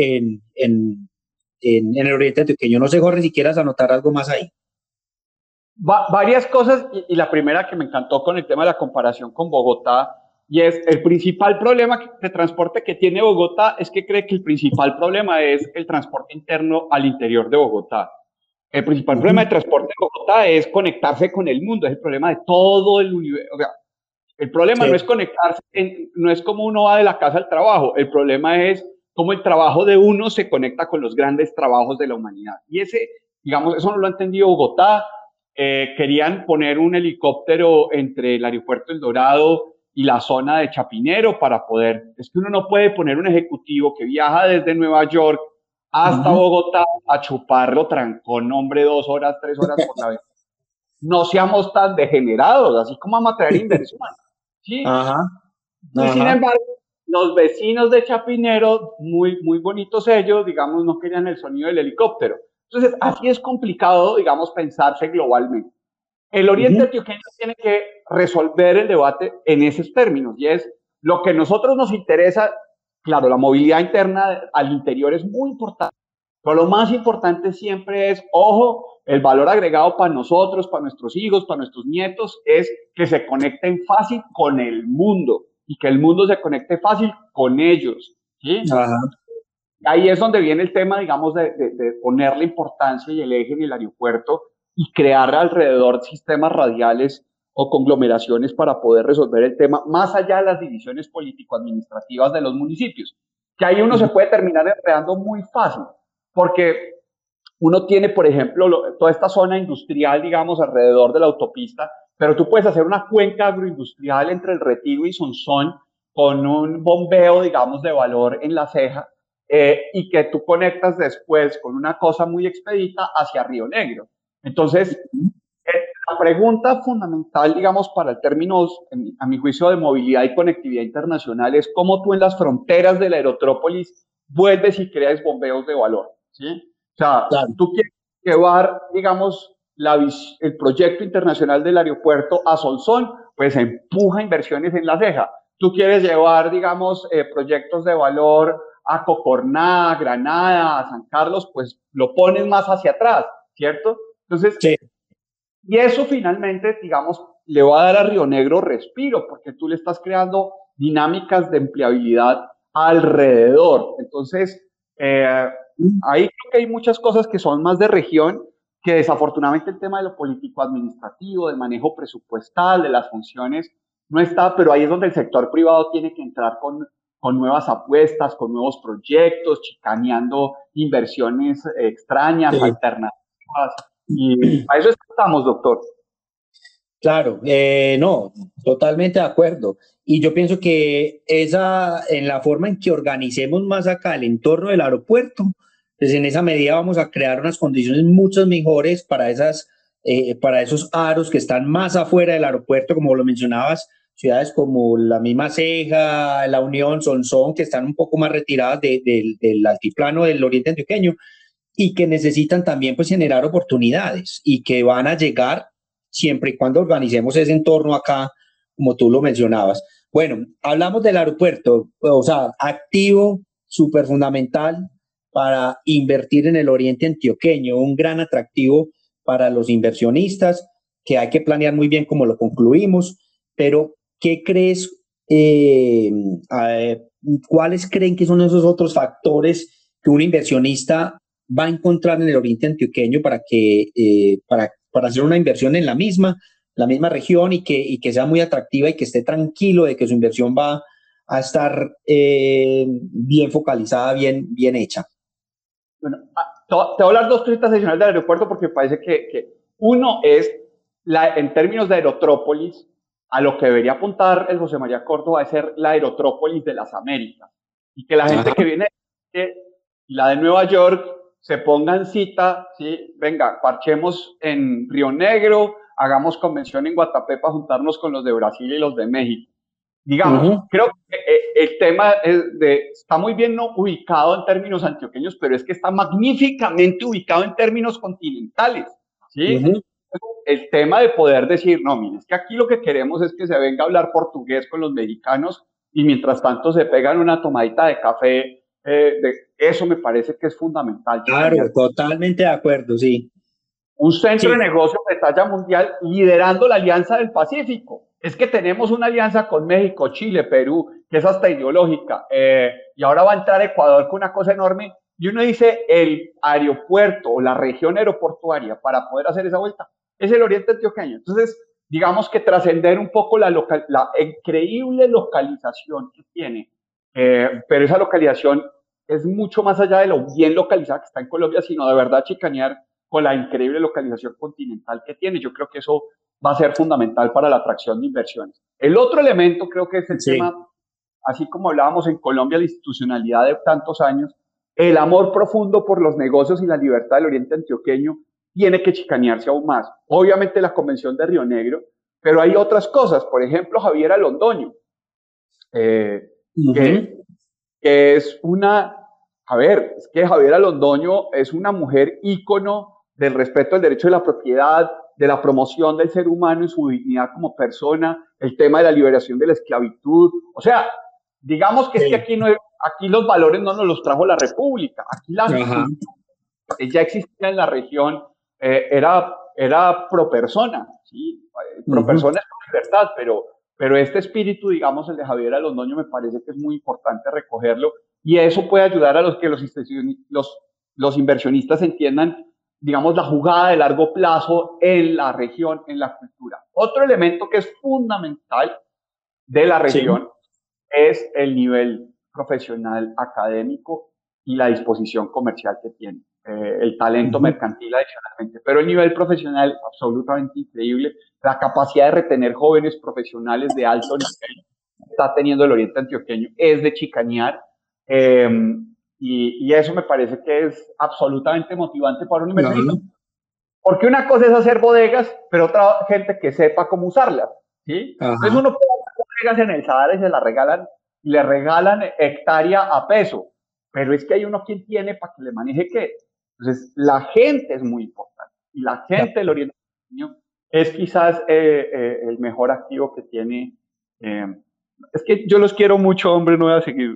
en el oriente antioqueño. No sé, Jorge, si quieras anotar algo más ahí. Varias cosas, y la primera que me encantó con el tema de la comparación con Bogotá, y es el principal problema de transporte que tiene Bogotá es que cree que el principal problema es el transporte interno al interior de Bogotá. El principal problema de transporte de Bogotá es conectarse con el mundo, es el problema de todo el universo. O sea, el problema no es conectarse, no es como uno va de la casa al trabajo, el problema es cómo el trabajo de uno se conecta con los grandes trabajos de la humanidad. Y digamos, eso no lo ha entendido Bogotá. Querían poner un helicóptero entre el aeropuerto El Dorado y la zona de Chapinero para poder, es que uno no puede poner un ejecutivo que viaja desde Nueva York hasta Bogotá a chuparlo trancón, hombre, 2 horas, 3 horas por la vez. No seamos tan degenerados, así como vamos a traer inversión, ¿sí? Y sin embargo, los vecinos de Chapinero, muy bonitos ellos, digamos, no querían el sonido del helicóptero. Entonces, así es complicado, digamos, pensarse globalmente. El Oriente Antioqueño tiene que resolver el debate en esos términos, y es lo que a nosotros nos interesa. Claro, la movilidad interna al interior es muy importante, pero lo más importante siempre es, ojo, el valor agregado para nosotros, para nuestros hijos, para nuestros nietos, es que se conecten fácil con el mundo y que el mundo se conecte fácil con ellos, ¿sí? Ahí es donde viene el tema, digamos, de poner la importancia y el eje en el aeropuerto y crear alrededor sistemas radiales o conglomeraciones para poder resolver el tema, más allá de las divisiones político-administrativas de los municipios, que ahí uno se puede terminar enredando muy fácil, porque uno tiene, por ejemplo, toda esta zona industrial, digamos, alrededor de la autopista, pero tú puedes hacer una cuenca agroindustrial entre el Retiro y Sonsón con un bombeo, digamos, de valor en La Ceja, y que tú conectas después con una cosa muy expedita hacia Río Negro. Entonces, la pregunta fundamental, digamos, para el término, a mi juicio, de movilidad y conectividad internacional es cómo tú en las fronteras de la aerótrópolis vuelves y creas bombeos de valor, ¿sí? O sea, tú quieres llevar, digamos, el proyecto internacional del aeropuerto a Sonsón, pues empuja inversiones en La Ceja. Tú quieres llevar, digamos, proyectos de valor a Cocorná, a Granada, a San Carlos, pues lo pones más hacia atrás, ¿cierto? Entonces, y eso finalmente, digamos, le va a dar a Río Negro respiro, porque tú le estás creando dinámicas de empleabilidad alrededor. Entonces, ahí creo que hay muchas cosas que son más de región, que desafortunadamente el tema de lo político-administrativo, del manejo presupuestal, de las funciones, no está, pero ahí es donde el sector privado tiene que entrar con nuevas apuestas, con nuevos proyectos, chicaneando inversiones extrañas, alternativas. Y a eso estamos, doctor. Claro, no, totalmente de acuerdo. Y yo pienso que en la forma en que organicemos más acá el entorno del aeropuerto, pues en esa medida vamos a crear unas condiciones mucho mejores para esos aros que están más afuera del aeropuerto, como lo mencionabas, ciudades como la misma Ceja, La Unión, Sonsón, que están un poco más retiradas del altiplano del oriente antioqueño y que necesitan también pues generar oportunidades y que van a llegar siempre y cuando organicemos ese entorno acá, como tú lo mencionabas. Bueno, hablamos del aeropuerto, o sea, activo, súper fundamental para invertir en el oriente antioqueño, un gran atractivo para los inversionistas, que hay que planear muy bien cómo lo concluimos, pero ¿qué crees? ¿Cuáles creen que son esos otros factores que un inversionista va a encontrar en el oriente antioqueño para hacer una inversión en la misma región y que sea muy atractiva y que esté tranquilo de que su inversión va a estar bien focalizada, bien hecha? Bueno, te voy a hablar dos cositas adicionales del aeropuerto porque parece que uno es, en términos de aerotrópolis, a lo que debería apuntar el José María Córdoba es ser la aerotrópolis de las Américas. Y que la gente que viene y la de Nueva York se ponga en cita, ¿sí? Venga, parchemos en Río Negro, hagamos convención en Guatapé para juntarnos con los de Brasil y los de México. Digamos, creo que el tema está muy bien ubicado en términos antioqueños, pero es que está magníficamente ubicado en términos continentales, ¿sí? El tema de poder decir, no, mire, es que aquí lo que queremos es que se venga a hablar portugués con los mexicanos y mientras tanto se pegan una tomadita de café, eso me parece que es fundamental. Claro, totalmente de acuerdo, sí. Un centro de negocios de talla mundial liderando la Alianza del Pacífico. Es que tenemos una alianza con México, Chile, Perú, que es hasta ideológica, y ahora va a entrar Ecuador con una cosa enorme, y uno dice, el aeropuerto o la región aeroportuaria para poder hacer esa vuelta es el oriente antioqueño. Entonces, digamos que trascender un poco la increíble localización que tiene, pero esa localización es mucho más allá de lo bien localizada que está en Colombia, sino de verdad chicanear con la increíble localización continental que tiene. Yo creo que eso va a ser fundamental para la atracción de inversiones. El otro elemento creo que es el tema, así como hablábamos en Colombia, la institucionalidad de tantos años, el amor profundo por los negocios y la libertad del oriente antioqueño tiene que chicanearse aún más. Obviamente la convención de Río Negro, pero hay otras cosas. Por ejemplo, Javiera Londoño, que es una... A ver, es que Javiera Londoño es una mujer ícono del respeto al derecho de la propiedad, de la promoción del ser humano y su dignidad como persona, el tema de la liberación de la esclavitud. O sea, digamos que es que aquí los valores no nos los trajo la República, aquí ya existía en la región, era pro persona, ¿sí? Pro persona es pro libertad, pero este espíritu, digamos, el de Javiera Londoño, me parece que es muy importante recogerlo y eso puede ayudar a que los inversionistas entiendan, digamos, la jugada de largo plazo en la región, en la cultura. Otro elemento que es fundamental de la región es el nivel profesional académico y la disposición comercial que tiene. El talento mercantil adicionalmente, pero el nivel profesional absolutamente increíble, la capacidad de retener jóvenes profesionales de alto nivel que está teniendo el oriente antioqueño es de chicanear, y eso me parece que es absolutamente motivante para un inversionista. Porque una cosa es hacer bodegas, pero otra gente que sepa cómo usarlas, ¿sí? Entonces uno puede hacer bodegas en el Sahara y se las regalan, y le regalan hectárea a peso, pero es que hay uno quien tiene para que le maneje qué. Entonces la gente es muy importante, y la gente del Oriente Medio es quizás el mejor activo que tiene. Es que yo los quiero mucho, hombre, no voy a seguir.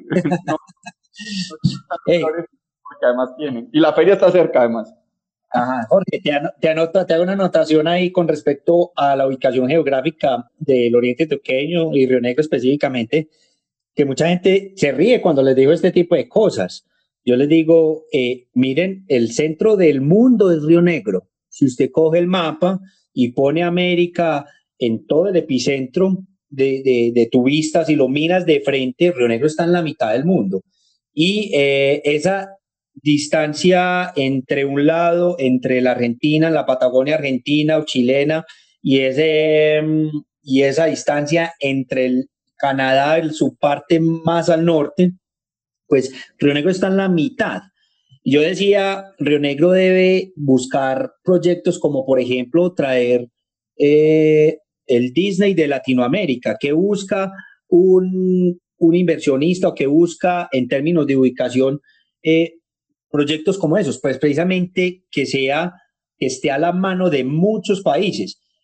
Porque además tienen, y la feria está cerca además. Jorge, te hago una anotación ahí con respecto a la ubicación geográfica del Oriente Antioqueño y Río Negro específicamente, que mucha gente se ríe cuando les digo este tipo de cosas. Yo les digo, miren, el centro del mundo es Río Negro. Si usted coge el mapa y pone América en todo el epicentro de tu vista, si lo miras de frente, Río Negro está en la mitad del mundo. Y esa distancia entre un lado, entre la Argentina, la Patagonia argentina o chilena, y esa distancia entre el Canadá, su parte más al norte, pues Río Negro está en la mitad. Yo decía, Río Negro debe buscar proyectos como, por ejemplo, traer el Disney de Latinoamérica, que busca un inversionista o que busca en términos de ubicación proyectos como esos, pues precisamente que esté a la mano de muchos países.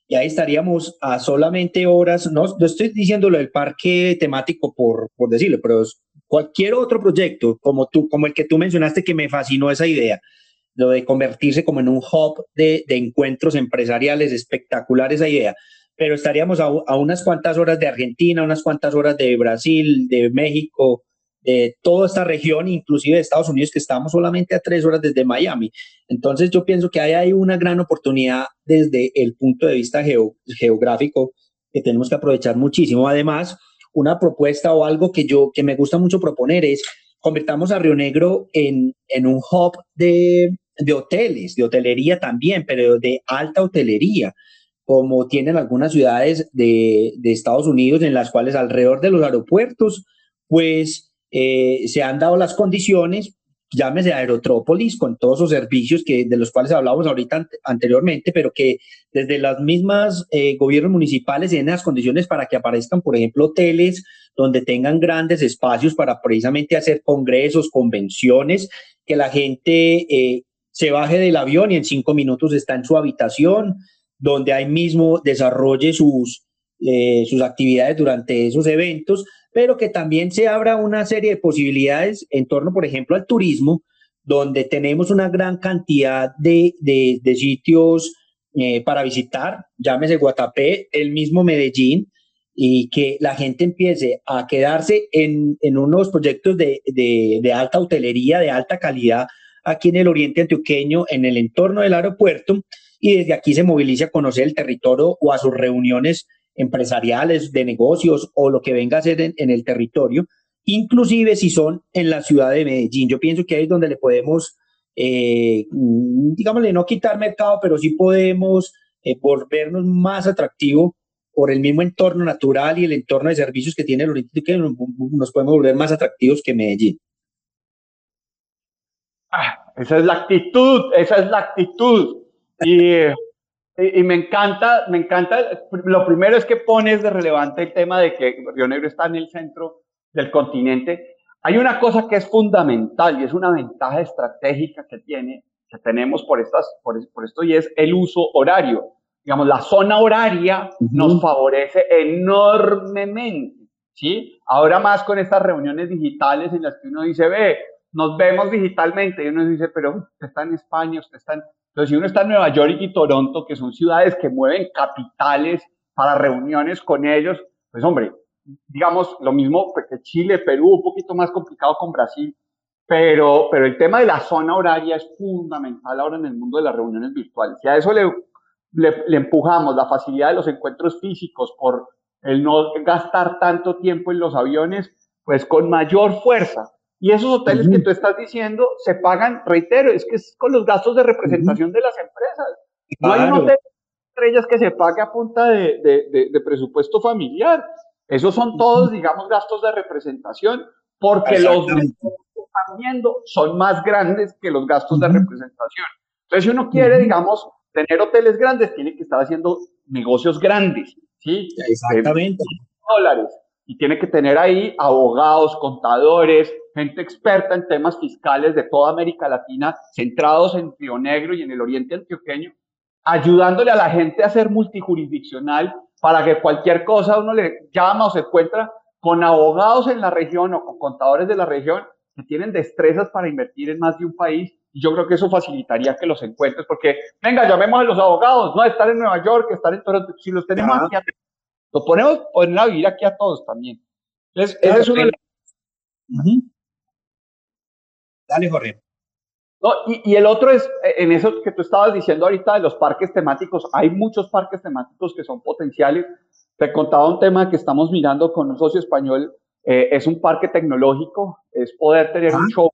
y ahí estaríamos a solamente horas, no estoy diciendo lo del parque temático por decirlo, pero cualquier otro proyecto como el que tú mencionaste que me fascinó esa idea, lo de convertirse como en un hub de encuentros empresariales, espectacular esa idea, pero estaríamos a unas cuantas horas de Argentina, unas cuantas horas de Brasil, de México, de toda esta región, inclusive de Estados Unidos, que estamos solamente a 3 horas desde Miami. Entonces yo pienso que hay una gran oportunidad desde el punto de vista geográfico que tenemos que aprovechar muchísimo. Además, una propuesta o algo que me gusta mucho proponer es convertamos a Río Negro en un hub de hoteles, de hotelería también, pero de alta hotelería, como tienen algunas ciudades de Estados Unidos en las cuales alrededor de los aeropuertos, pues se han dado las condiciones, llámese Aerotrópolis, con todos esos servicios de los cuales hablábamos ahorita anteriormente, pero que desde las mismas gobiernos municipales tienen las condiciones para que aparezcan, por ejemplo, hoteles donde tengan grandes espacios para precisamente hacer congresos, convenciones, que la gente se baje del avión y en 5 minutos está en su habitación, donde ahí mismo desarrolle sus actividades durante esos eventos, pero que también se abra una serie de posibilidades en torno, por ejemplo, al turismo, donde tenemos una gran cantidad de sitios para visitar, llámese Guatapé, el mismo Medellín, y que la gente empiece a quedarse en unos proyectos de alta hotelería, de alta calidad, aquí en el oriente antioqueño, en el entorno del aeropuerto, y desde aquí se movilice a conocer el territorio o a sus reuniones empresariales, de negocios o lo que venga a hacer en el territorio, inclusive si son en la ciudad de Medellín. Yo pienso que ahí es donde le podemos, digámosle, no quitar mercado, pero sí podemos volvernos más atractivo por el mismo entorno natural y el entorno de servicios que tiene el Oriente, que nos podemos volver más atractivos que Medellín. Esa es la actitud, esa es la actitud. Y me encanta, lo primero es que pones de relevante el tema de que Río Negro está en el centro del continente. Hay una cosa que es fundamental y es una ventaja estratégica que tenemos por esto y es el uso horario. Digamos, la zona horaria nos favorece enormemente, ¿sí? Ahora más con estas reuniones digitales en las que uno dice, nos vemos digitalmente, y uno dice, pero usted está en España, usted está en... Entonces, si uno está en Nueva York y Toronto, que son ciudades que mueven capitales para reuniones con ellos, pues hombre, digamos, lo mismo que Chile, Perú, un poquito más complicado con Brasil, pero el tema de la zona horaria es fundamental ahora en el mundo de las reuniones virtuales. Y a eso le empujamos la facilidad de los encuentros físicos por el no gastar tanto tiempo en los aviones, pues con mayor fuerza. Y esos hoteles que tú estás diciendo se pagan, reitero, es que es con los gastos de representación de las empresas. No hay un hotel de estrellas que se pague a punta de presupuesto familiar. Esos son todos, digamos, gastos de representación, porque los que están viendo son más grandes que los gastos de representación. Entonces, si uno quiere, digamos, tener hoteles grandes, tiene que estar haciendo negocios grandes, ¿sí? Exactamente. $100. Y tiene que tener ahí abogados, contadores, gente experta en temas fiscales de toda América Latina, centrados en Río Negro y en el oriente antioqueño, ayudándole a la gente a ser multijurisdiccional para que cualquier cosa uno le llama o se encuentra con abogados en la región o con contadores de la región que tienen destrezas para invertir en más de un país. Y yo creo que eso facilitaría que los encuentres, porque, venga, llamemos a los abogados, no estar en Nueva York, estar en Toronto, si los tenemos aquí, lo ponemos a vivir aquí a todos también. Entonces, ese es uno de los... Dale, Jorge. No, y el otro es, en eso que tú estabas diciendo ahorita de los parques temáticos, hay muchos parques temáticos que son potenciales. Te contaba un tema que estamos mirando con un socio español, es un parque tecnológico, es poder tener un show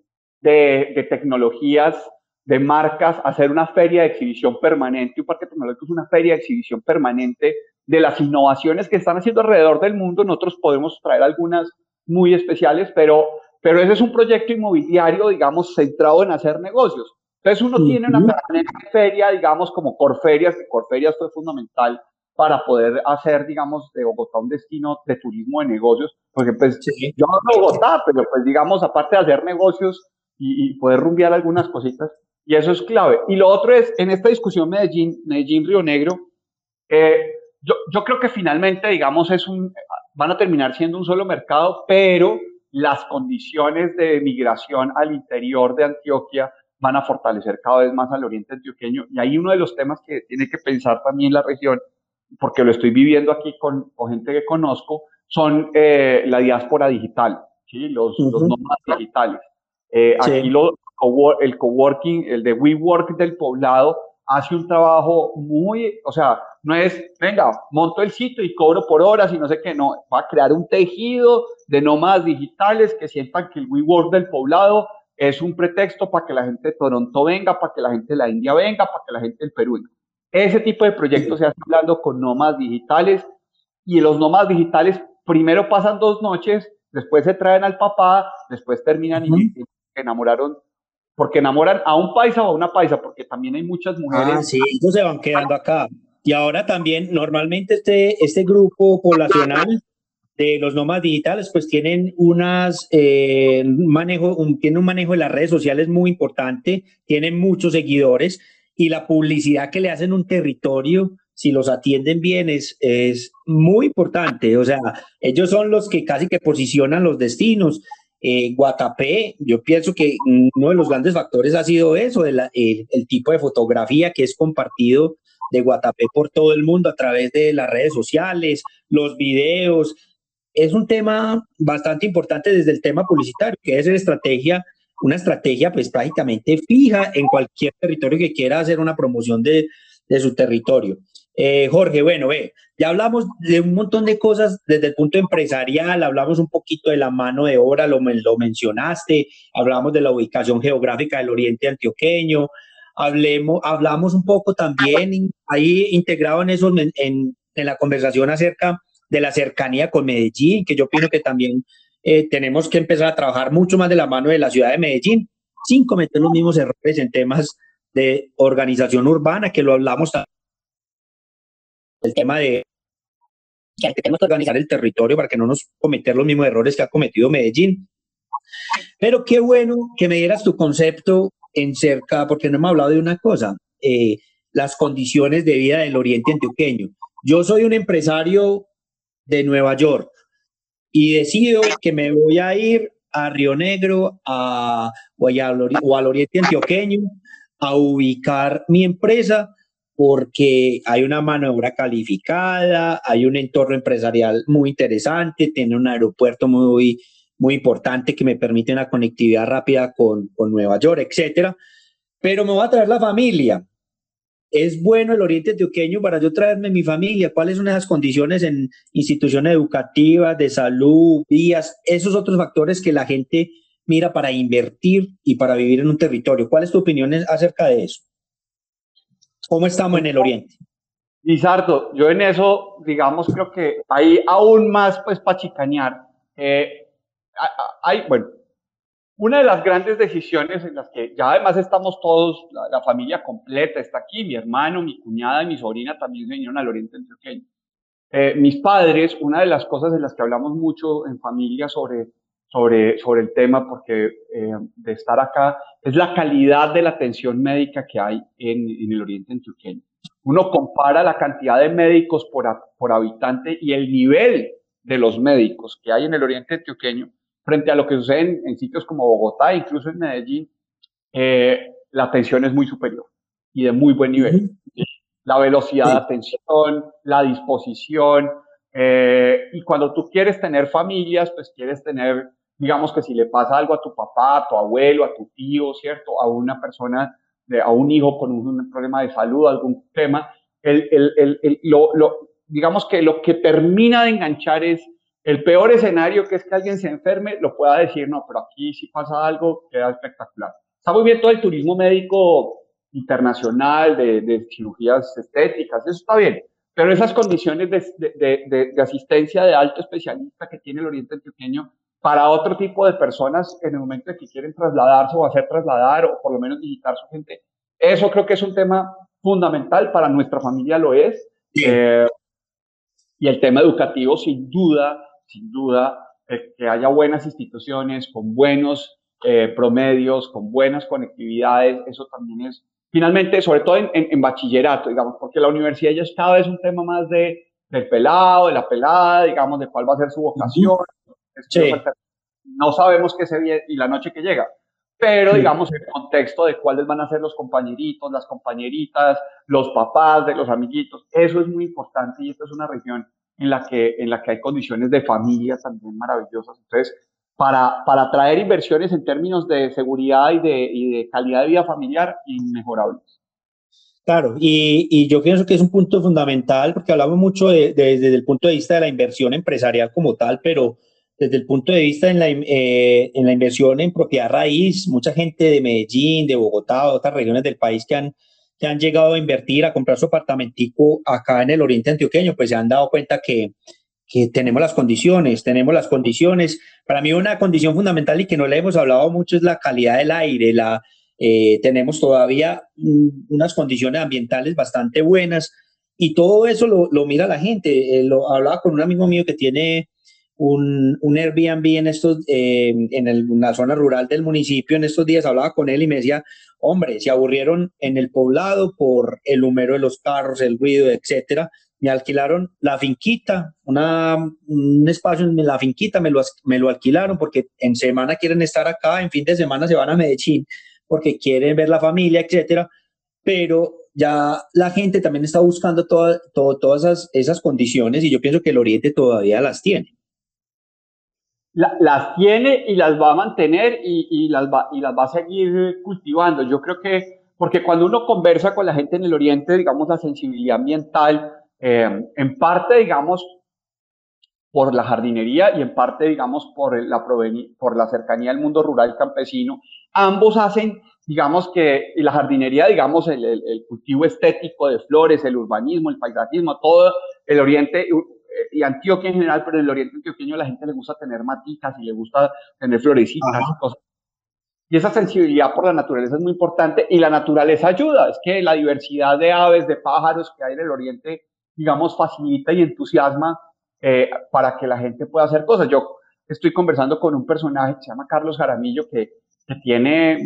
de tecnologías, de marcas, hacer una feria de exhibición permanente. Un parque tecnológico es una feria de exhibición permanente de las innovaciones que están haciendo alrededor del mundo. Nosotros podemos traer algunas muy especiales, pero ese es un proyecto inmobiliario, digamos, centrado en hacer negocios. Entonces uno tiene una permanente feria, digamos, como Corferias, que Corferias fue fundamental para poder hacer, digamos, de Bogotá un destino de turismo de negocios, porque pues yo no de Bogotá, pero pues digamos, aparte de hacer negocios y poder rumbear algunas cositas, y eso es clave. Y lo otro es, en esta discusión Medellín, Río Negro, Eh, yo creo que finalmente, digamos, van a terminar siendo un solo mercado, pero las condiciones de migración al interior de Antioquia van a fortalecer cada vez más al oriente antioqueño. Y ahí uno de los temas que tiene que pensar también la región, porque lo estoy viviendo aquí con gente que conozco, son la diáspora digital, ¿sí? Los nómadas digitales. Aquí Sí. el coworking, el de WeWork del Poblado, hace un trabajo muy, o sea, no es, venga, monto el sitio y cobro por horas y no sé qué, no, va a crear un tejido de nómadas digitales que sientan que el WeWork del Poblado es un pretexto para que la gente de Toronto venga, para que la gente de la India venga, para que la gente del Perú venga. Ese tipo de proyectos se hace hablando con nómadas digitales y los nómadas digitales primero pasan 2 noches, después se traen al papá, después terminan y enamoraron, porque enamoran a un paisa o a una paisa, porque también hay muchas Ah, mujeres. sí, ellos se van quedando acá. Y ahora también, normalmente este grupo poblacional de los nómadas digitales, pues tienen tienen un manejo de las redes sociales muy importante, tienen muchos seguidores y la publicidad que le hacen un territorio, si los atienden bien, es muy importante. O sea, ellos son los que casi que posicionan los destinos. Guatapé, yo pienso que uno de los grandes factores ha sido eso, el tipo de fotografía que es compartido de Guatapé por todo el mundo a través de las redes sociales, los videos. Es un tema bastante importante desde el tema publicitario, que es una estrategia pues prácticamente fija en cualquier territorio que quiera hacer una promoción de su territorio. Jorge, bueno, ya hablamos de un montón de cosas desde el punto empresarial, hablamos un poquito de la mano de obra, lo mencionaste, hablamos de la ubicación geográfica del oriente antioqueño, hablamos un poco también ahí integrado en eso, en la conversación acerca de la cercanía con Medellín, que yo opino que también tenemos que empezar a trabajar mucho más de la mano de la ciudad de Medellín, sin cometer los mismos errores en temas de organización urbana, que lo hablamos también, el tema de que tenemos que organizar el territorio para que no nos cometer los mismos errores que ha cometido Medellín. Pero qué bueno que me dieras tu concepto en cerca, porque no hemos hablado de una cosa, las condiciones de vida del oriente antioqueño. Yo soy un empresario de Nueva York y decido que me voy a ir a Río Negro o al oriente antioqueño a ubicar mi empresa porque hay una mano de obra calificada, hay un entorno empresarial muy interesante, tiene un aeropuerto muy importante que me permite una conectividad rápida con Nueva York, etcétera. Pero me voy a traer la familia. ¿Es bueno el oriente antioqueño para yo traerme mi familia? ¿Cuáles son esas condiciones en instituciones educativas, de salud, vías, esos otros factores que la gente mira para invertir y para vivir en un territorio? ¿Cuál es tu opinión acerca de eso? ¿Cómo estamos en el oriente? Lizardo, yo en eso, digamos, creo que hay aún más, pues, para chicanear. Bueno, una de las grandes decisiones en las que ya además estamos todos, la familia completa está aquí, mi hermano, mi cuñada y mi sobrina también se vinieron al Oriente Antioqueño. Mis padres, una de las cosas en las que hablamos mucho en familia sobre el tema, porque de estar acá, es la calidad de la atención médica que hay en el Oriente Antioqueño. Uno compara la cantidad de médicos por habitante y el nivel de los médicos que hay en el Oriente Antioqueño frente a lo que sucede en sitios como Bogotá, incluso en Medellín, la atención es muy superior y de muy buen nivel. La velocidad de Sí. atención, la disposición, y cuando tú quieres tener familias, pues quieres tener, digamos que si le pasa algo a tu papá, a tu abuelo, a tu tío, ¿cierto? A una persona, a un hijo con un problema de salud, algún tema, digamos que lo que termina de enganchar es el peor escenario, que es que alguien se enferme, lo pueda decir, no, pero aquí si pasa algo, queda espectacular. Está muy bien todo el turismo médico internacional de cirugías estéticas, eso está bien, pero esas condiciones de asistencia de alto especialista que tiene el Oriente Antioqueño para otro tipo de personas en el momento de que quieren trasladarse o hacer trasladar o por lo menos visitar su gente, eso creo que es un tema fundamental, para nuestra familia lo es, Sí. y el tema educativo sin duda, que haya buenas instituciones con buenos promedios, con buenas conectividades, eso también es finalmente, sobre todo en bachillerato, digamos, porque la universidad ya es cada vez un tema más del pelado, de la pelada, digamos, de cuál va a ser su vocación, estudios Sí. alternativos. No sabemos qué se viene y la noche que llega, pero digamos el contexto de cuáles van a ser los compañeritos, las compañeritas, los papás de los amiguitos, eso es muy importante y esta es una región en la que hay condiciones de familia también maravillosas. Entonces, para atraer inversiones en términos de seguridad y de calidad de vida familiar, inmejorables. Claro, y yo pienso que es un punto fundamental porque hablamos mucho desde el punto de vista de la inversión empresarial como tal, pero desde el punto de vista en la inversión en propiedad raíz, mucha gente de Medellín, de Bogotá, de otras regiones del país que han llegado a invertir, a comprar su apartamentico acá en el oriente antioqueño, pues se han dado cuenta que tenemos las condiciones. Para mí una condición fundamental y que no le hemos hablado mucho es la calidad del aire. Tenemos todavía unas condiciones ambientales bastante buenas y todo eso lo mira la gente. Hablaba con un amigo mío que tiene un Airbnb en la zona rural del municipio en estos días, hablaba con él y me decía, hombre, se aburrieron en el poblado por el humero de los carros, el ruido, etcétera. Me alquilaron la finquita, un espacio en la finquita, me lo alquilaron porque en semana quieren estar acá, en fin de semana se van a Medellín porque quieren ver la familia, etcétera, pero ya la gente también está buscando todas esas condiciones y yo pienso que el Oriente todavía las tiene. Las tiene y las va a mantener y las va a seguir cultivando. Yo creo que, porque cuando uno conversa con la gente en el Oriente, digamos, la sensibilidad ambiental, en parte, digamos, por la jardinería y en parte, digamos, por la cercanía al mundo rural campesino. Ambos hacen, digamos, que la jardinería, digamos, el cultivo estético de flores, el urbanismo, el paisajismo, todo el oriente y Antioquia en general, pero en el oriente antioqueño a la gente le gusta tener maticas y le gusta tener florecitas y Ajá. cosas. Y esa sensibilidad por la naturaleza es muy importante y la naturaleza ayuda. Es que la diversidad de aves, de pájaros que hay en el oriente, digamos, facilita y entusiasma para que la gente pueda hacer cosas. Yo estoy conversando con un personaje que se llama Carlos Jaramillo, que tiene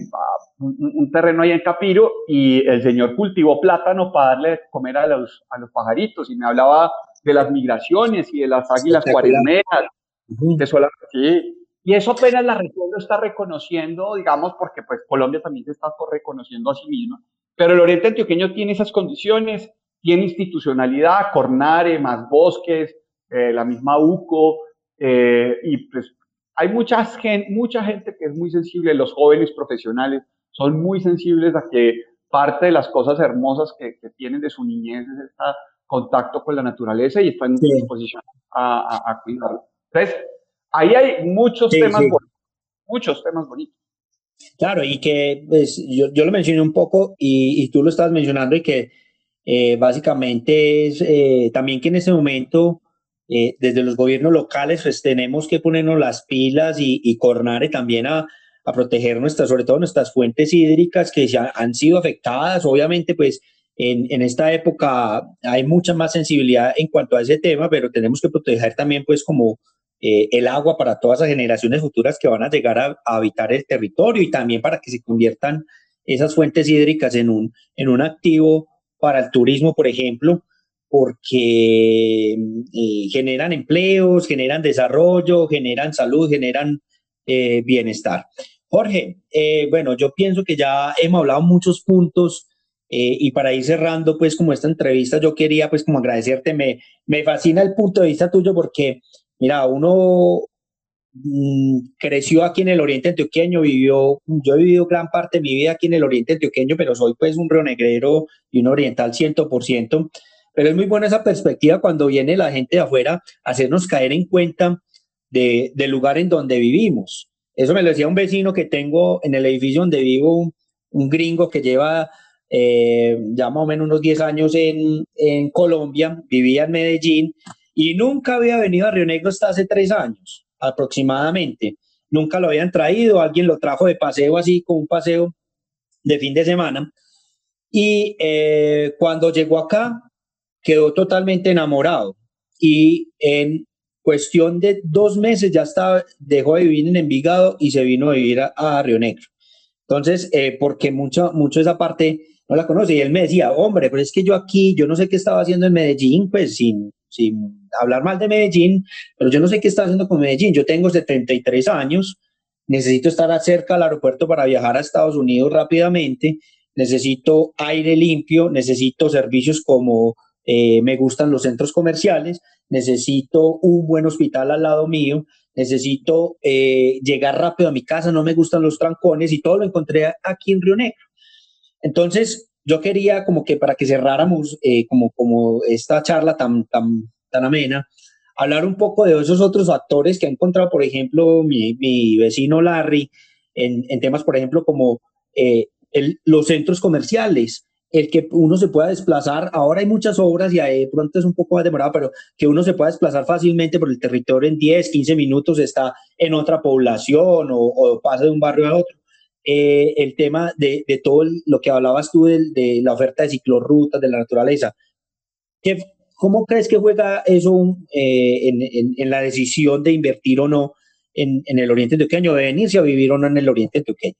un terreno ahí en Capiro y el señor cultivó plátano para darle de comer a los pajaritos y me hablaba de las migraciones y de las águilas Espectacular. cuaresmeras, Ujú. que solamente, sí, y eso apenas la región lo está reconociendo, digamos, porque pues Colombia también se está reconociendo a sí misma. Pero el oriente antioqueño tiene esas condiciones, tiene institucionalidad, Cornare, más bosques, la misma UCO, y pues hay mucha gente que es muy sensible, los jóvenes profesionales son muy sensibles a que parte de las cosas hermosas que tienen de su niñez es este contacto con la naturaleza y están Sí, disposición a cuidarlo. Entonces, ahí hay muchos sí, temas sí. bonitos, muchos temas bonitos. Claro, y que pues, yo lo mencioné un poco y tú lo estás mencionando y que básicamente es también que en ese momento desde los gobiernos locales pues tenemos que ponernos las pilas y Cornare también a proteger sobre todo nuestras fuentes hídricas que ya han sido afectadas. Obviamente pues en esta época hay mucha más sensibilidad en cuanto a ese tema, pero tenemos que proteger también pues como el agua para todas las generaciones futuras que van a llegar a habitar el territorio y también para que se conviertan esas fuentes hídricas en un activo para el turismo, por ejemplo, porque generan empleos, generan desarrollo, generan salud, generan bienestar. Jorge, bueno, yo pienso que ya hemos hablado muchos puntos y para ir cerrando, pues como esta entrevista, yo quería pues como agradecerte, me fascina el punto de vista tuyo porque mira, uno creció aquí en el oriente antioqueño, yo he vivido gran parte de mi vida aquí en el oriente antioqueño, pero soy pues un rionegrero y un oriental 100%, pero es muy buena esa perspectiva cuando viene la gente de afuera a hacernos caer en cuenta del lugar en donde vivimos. Eso me lo decía un vecino que tengo en el edificio donde vivo, un gringo que lleva ya más o menos unos 10 años en Colombia, vivía en Medellín y nunca había venido a Río Negro hasta hace 3 años aproximadamente. Nunca lo habían traído, alguien lo trajo de paseo así, con un paseo de fin de semana. Y cuando llegó acá, quedó totalmente enamorado. Y en cuestión de 2 meses ya dejó de vivir en Envigado y se vino a vivir a Río Negro. Entonces, porque mucho esa parte no la conoce. Y él me decía, hombre, pero es que yo aquí, yo no sé qué estaba haciendo en Medellín, pues sin hablar mal de Medellín, pero yo no sé qué estaba haciendo con Medellín. Yo tengo 73 años, necesito estar cerca del aeropuerto para viajar a Estados Unidos rápidamente, necesito aire limpio, necesito servicios como me gustan los centros comerciales, necesito un buen hospital al lado mío, necesito llegar rápido a mi casa, no me gustan los trancones y todo lo encontré aquí en Río Negro. Entonces, yo quería como que para que cerráramos como esta charla tan amena, hablar un poco de esos otros factores que ha encontrado, por ejemplo, mi vecino Larry, en temas, por ejemplo, como los centros comerciales, el que uno se pueda desplazar, ahora hay muchas obras y de pronto es un poco más demorado, pero que uno se pueda desplazar fácilmente por el territorio en 10, 15 minutos, está en otra población o pasa de un barrio a otro. El tema de todo lo que hablabas tú de la oferta de ciclorrutas, de la naturaleza. ¿Qué, ¿Cómo crees que juega eso en la decisión de invertir o no en el Oriente Antioqueño, de venirse a vivir o no en el Oriente Antioqueño?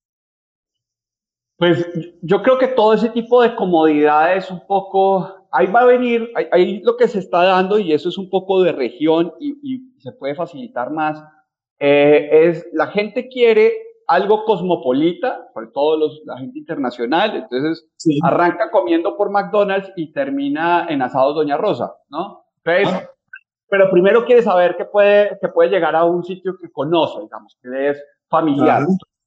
Pues yo creo que todo ese tipo de comodidades un poco, ahí va a venir, ahí lo que se está dando, y eso es un poco de región y se puede facilitar más, es la gente quiere algo cosmopolita, sobre todo la gente internacional, entonces Sí. arranca comiendo por McDonald's y termina en asados Doña Rosa, ¿no? Entonces, pero primero quiere saber que puede llegar a un sitio que conoce, digamos, que es familiar. Ajá.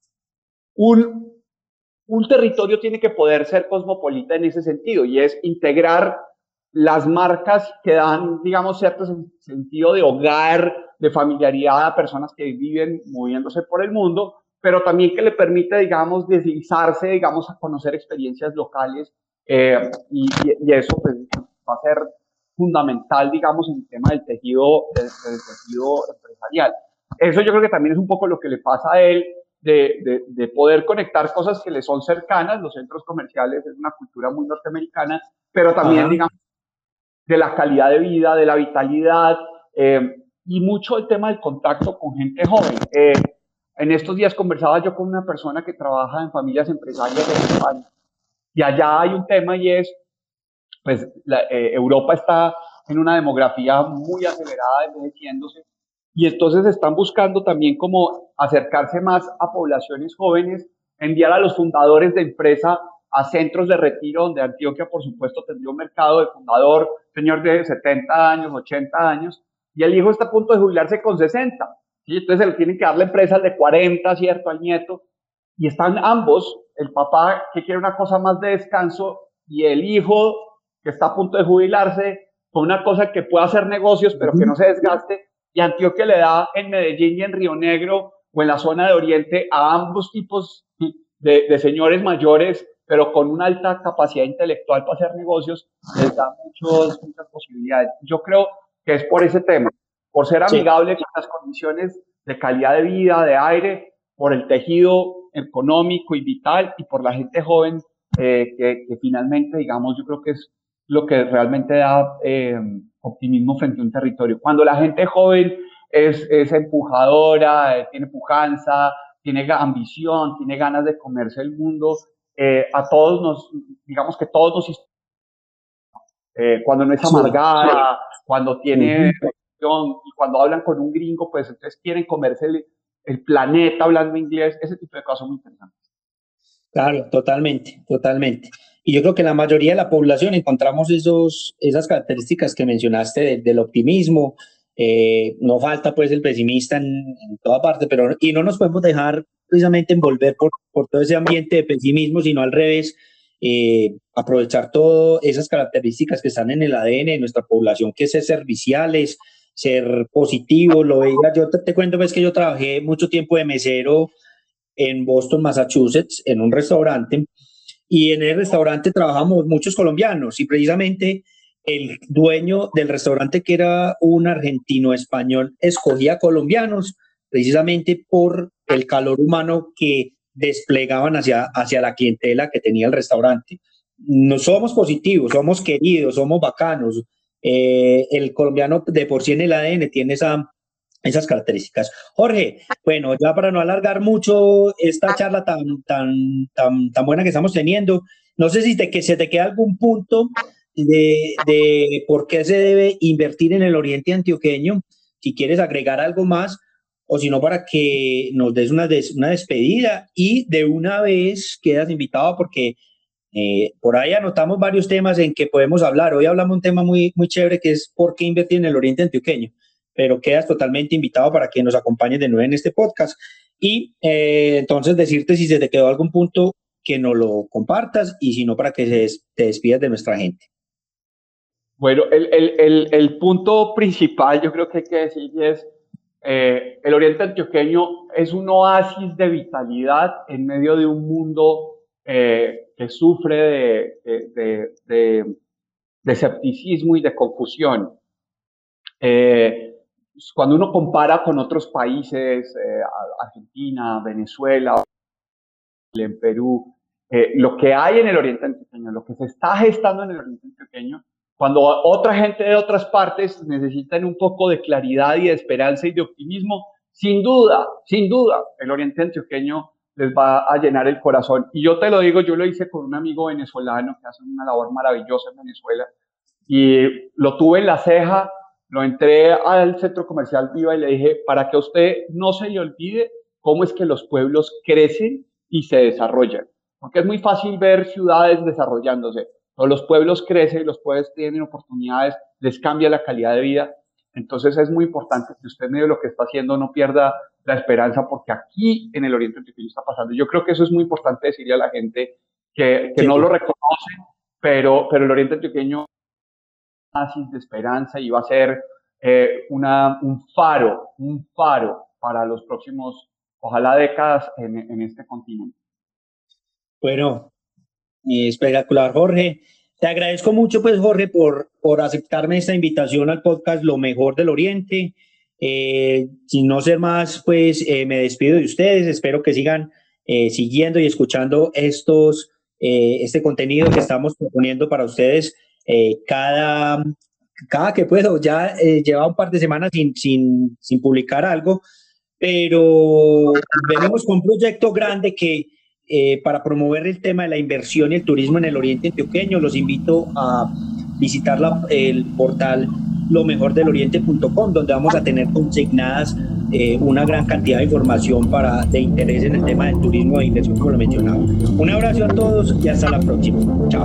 Un, un territorio tiene que poder ser cosmopolita en ese sentido, y es integrar las marcas que dan, digamos, cierto sentido de hogar, de familiaridad a personas que viven moviéndose por el mundo, pero también que le permite, digamos, deslizarse, digamos, a conocer experiencias locales, y eso pues, va a ser fundamental, digamos, en el tema del tejido empresarial. Eso yo creo que también es un poco lo que le pasa a él, de poder conectar cosas que le son cercanas. Los centros comerciales es una cultura muy norteamericana, pero también, Ajá. digamos, de la calidad de vida, de la vitalidad, y mucho el tema del contacto con gente joven. En estos días conversaba yo con una persona que trabaja en familias empresarias de España, y allá hay un tema, y es, pues, Europa está en una demografía muy acelerada, envejeciéndose, y entonces están buscando también como acercarse más a poblaciones jóvenes, enviar a los fundadores de empresa a centros de retiro, donde Antioquia, por supuesto, tendría un mercado de fundador, señor de 70 años, 80 años, y el hijo está a punto de jubilarse con 60. ¿Sí? Entonces se le tienen que dar la empresa al de 40, ¿cierto?, al nieto, y están ambos, el papá que quiere una cosa más de descanso y el hijo que está a punto de jubilarse, con una cosa que pueda hacer negocios, pero que no se desgaste, y Antioquia le da en Medellín y en Río Negro o en la zona de Oriente a ambos tipos de señores mayores, pero con una alta capacidad intelectual para hacer negocios, les da muchas posibilidades. Yo creo que es por ese tema, por ser Sí. amigable con las condiciones de calidad de vida, de aire, por el tejido económico y vital, y por la gente joven, que finalmente, digamos, yo creo que es lo que realmente da optimismo frente a un territorio. Cuando la gente joven es empujadora, tiene pujanza, tiene ambición, tiene ganas de comerse el mundo, a todos digamos que todos nos, cuando no es Sí. amargada, cuando tiene, Uh-huh. y cuando hablan con un gringo, pues entonces quieren comerse el planeta hablando inglés, ese tipo de cosas son muy interesantes. Claro, totalmente, totalmente. Y yo creo que en la mayoría de la población encontramos esas características que mencionaste del optimismo. No falta pues el pesimista en toda parte, pero y no nos podemos dejar precisamente envolver por todo ese ambiente de pesimismo, sino al revés, aprovechar todas esas características que están en el ADN de nuestra población, que es ser serviciales, ser positivos. Lo veía, yo te cuento pues que yo trabajé mucho tiempo de mesero en Boston, Massachusetts, en un restaurante, y en el restaurante trabajamos muchos colombianos, y precisamente el dueño del restaurante, que era un argentino español, escogía colombianos precisamente por el calor humano que desplegaban hacia la clientela que tenía el restaurante. No somos positivos, somos queridos, somos bacanos. El colombiano de por sí en el ADN tiene esas características. Jorge, bueno, ya para no alargar mucho esta charla tan buena que estamos teniendo, No sé si se te queda algún punto de por qué se debe invertir en el oriente antioqueño, si quieres agregar algo más, o si no, para que nos des una despedida y de una vez quedas invitado porque por ahí anotamos varios temas en que podemos hablar. Hoy hablamos un tema muy, muy chévere que es por qué invertir en el oriente antioqueño, pero quedas totalmente invitado para que nos acompañes de nuevo en este podcast. Y entonces decirte si se te quedó algún punto que nos lo compartas y si no, para que te despidas de nuestra gente. Bueno, el punto principal yo creo que hay que decir es el oriente antioqueño es un oasis de vitalidad en medio de un mundo que sufre de escepticismo y de confusión. Cuando uno compara con otros países, Argentina, Venezuela, en Perú, lo que hay en el oriente antioqueño, lo que se está gestando en el oriente antioqueño, cuando otra gente de otras partes necesitan un poco de claridad y de esperanza y de optimismo, sin duda, el oriente antioqueño les va a llenar el corazón. Y yo te lo digo, yo lo hice con un amigo venezolano que hace una labor maravillosa en Venezuela y lo tuve en la ceja, lo entré al centro comercial Viva y le dije, para que a usted no se le olvide cómo es que los pueblos crecen y se desarrollan. Porque es muy fácil ver ciudades desarrollándose, pero los pueblos crecen, los pueblos tienen oportunidades, les cambia la calidad de vida. Entonces es muy importante que usted, en medio de lo que está haciendo, no pierda la esperanza, porque aquí en el oriente antioqueño está pasando. Yo creo que eso es muy importante decirle a la gente que sí, no lo reconocen, pero el oriente antioqueño de esperanza y va a ser un faro para los próximos, ojalá, décadas en este continente. Bueno, espectacular, Jorge. Te agradezco mucho, pues, Jorge, por aceptarme esta invitación al podcast Lo Mejor del Oriente. Sin no ser más, pues, me despido de ustedes. Espero que sigan siguiendo y escuchando este contenido que estamos proponiendo para ustedes cada que puedo. Ya lleva un par de semanas sin publicar algo, pero venimos con un proyecto grande que para promover el tema de la inversión y el turismo en el oriente antioqueño. Los invito a visitar el portal lomejordeloriente.com, donde vamos a tener consignadas una gran cantidad de información de interés en el tema del turismo e inversión, como lo mencionaba. Un abrazo a todos y hasta la próxima. Chao.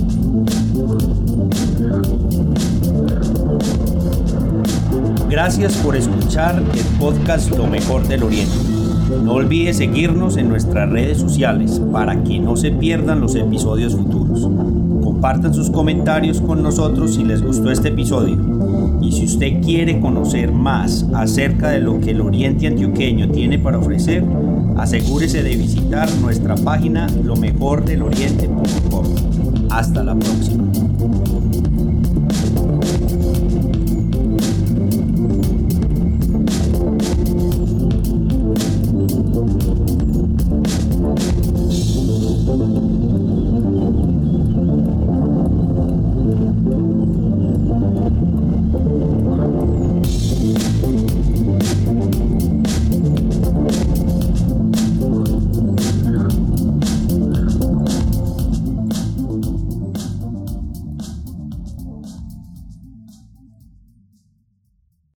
Gracias por escuchar el podcast Lo Mejor del Oriente. No olvides seguirnos en nuestras redes sociales para que no se pierdan los episodios futuros. Compartan sus comentarios con nosotros si les gustó este episodio. Y si usted quiere conocer más acerca de lo que el Oriente Antioqueño tiene para ofrecer, asegúrese de visitar nuestra página lomejordeloriente.com. Hasta la próxima.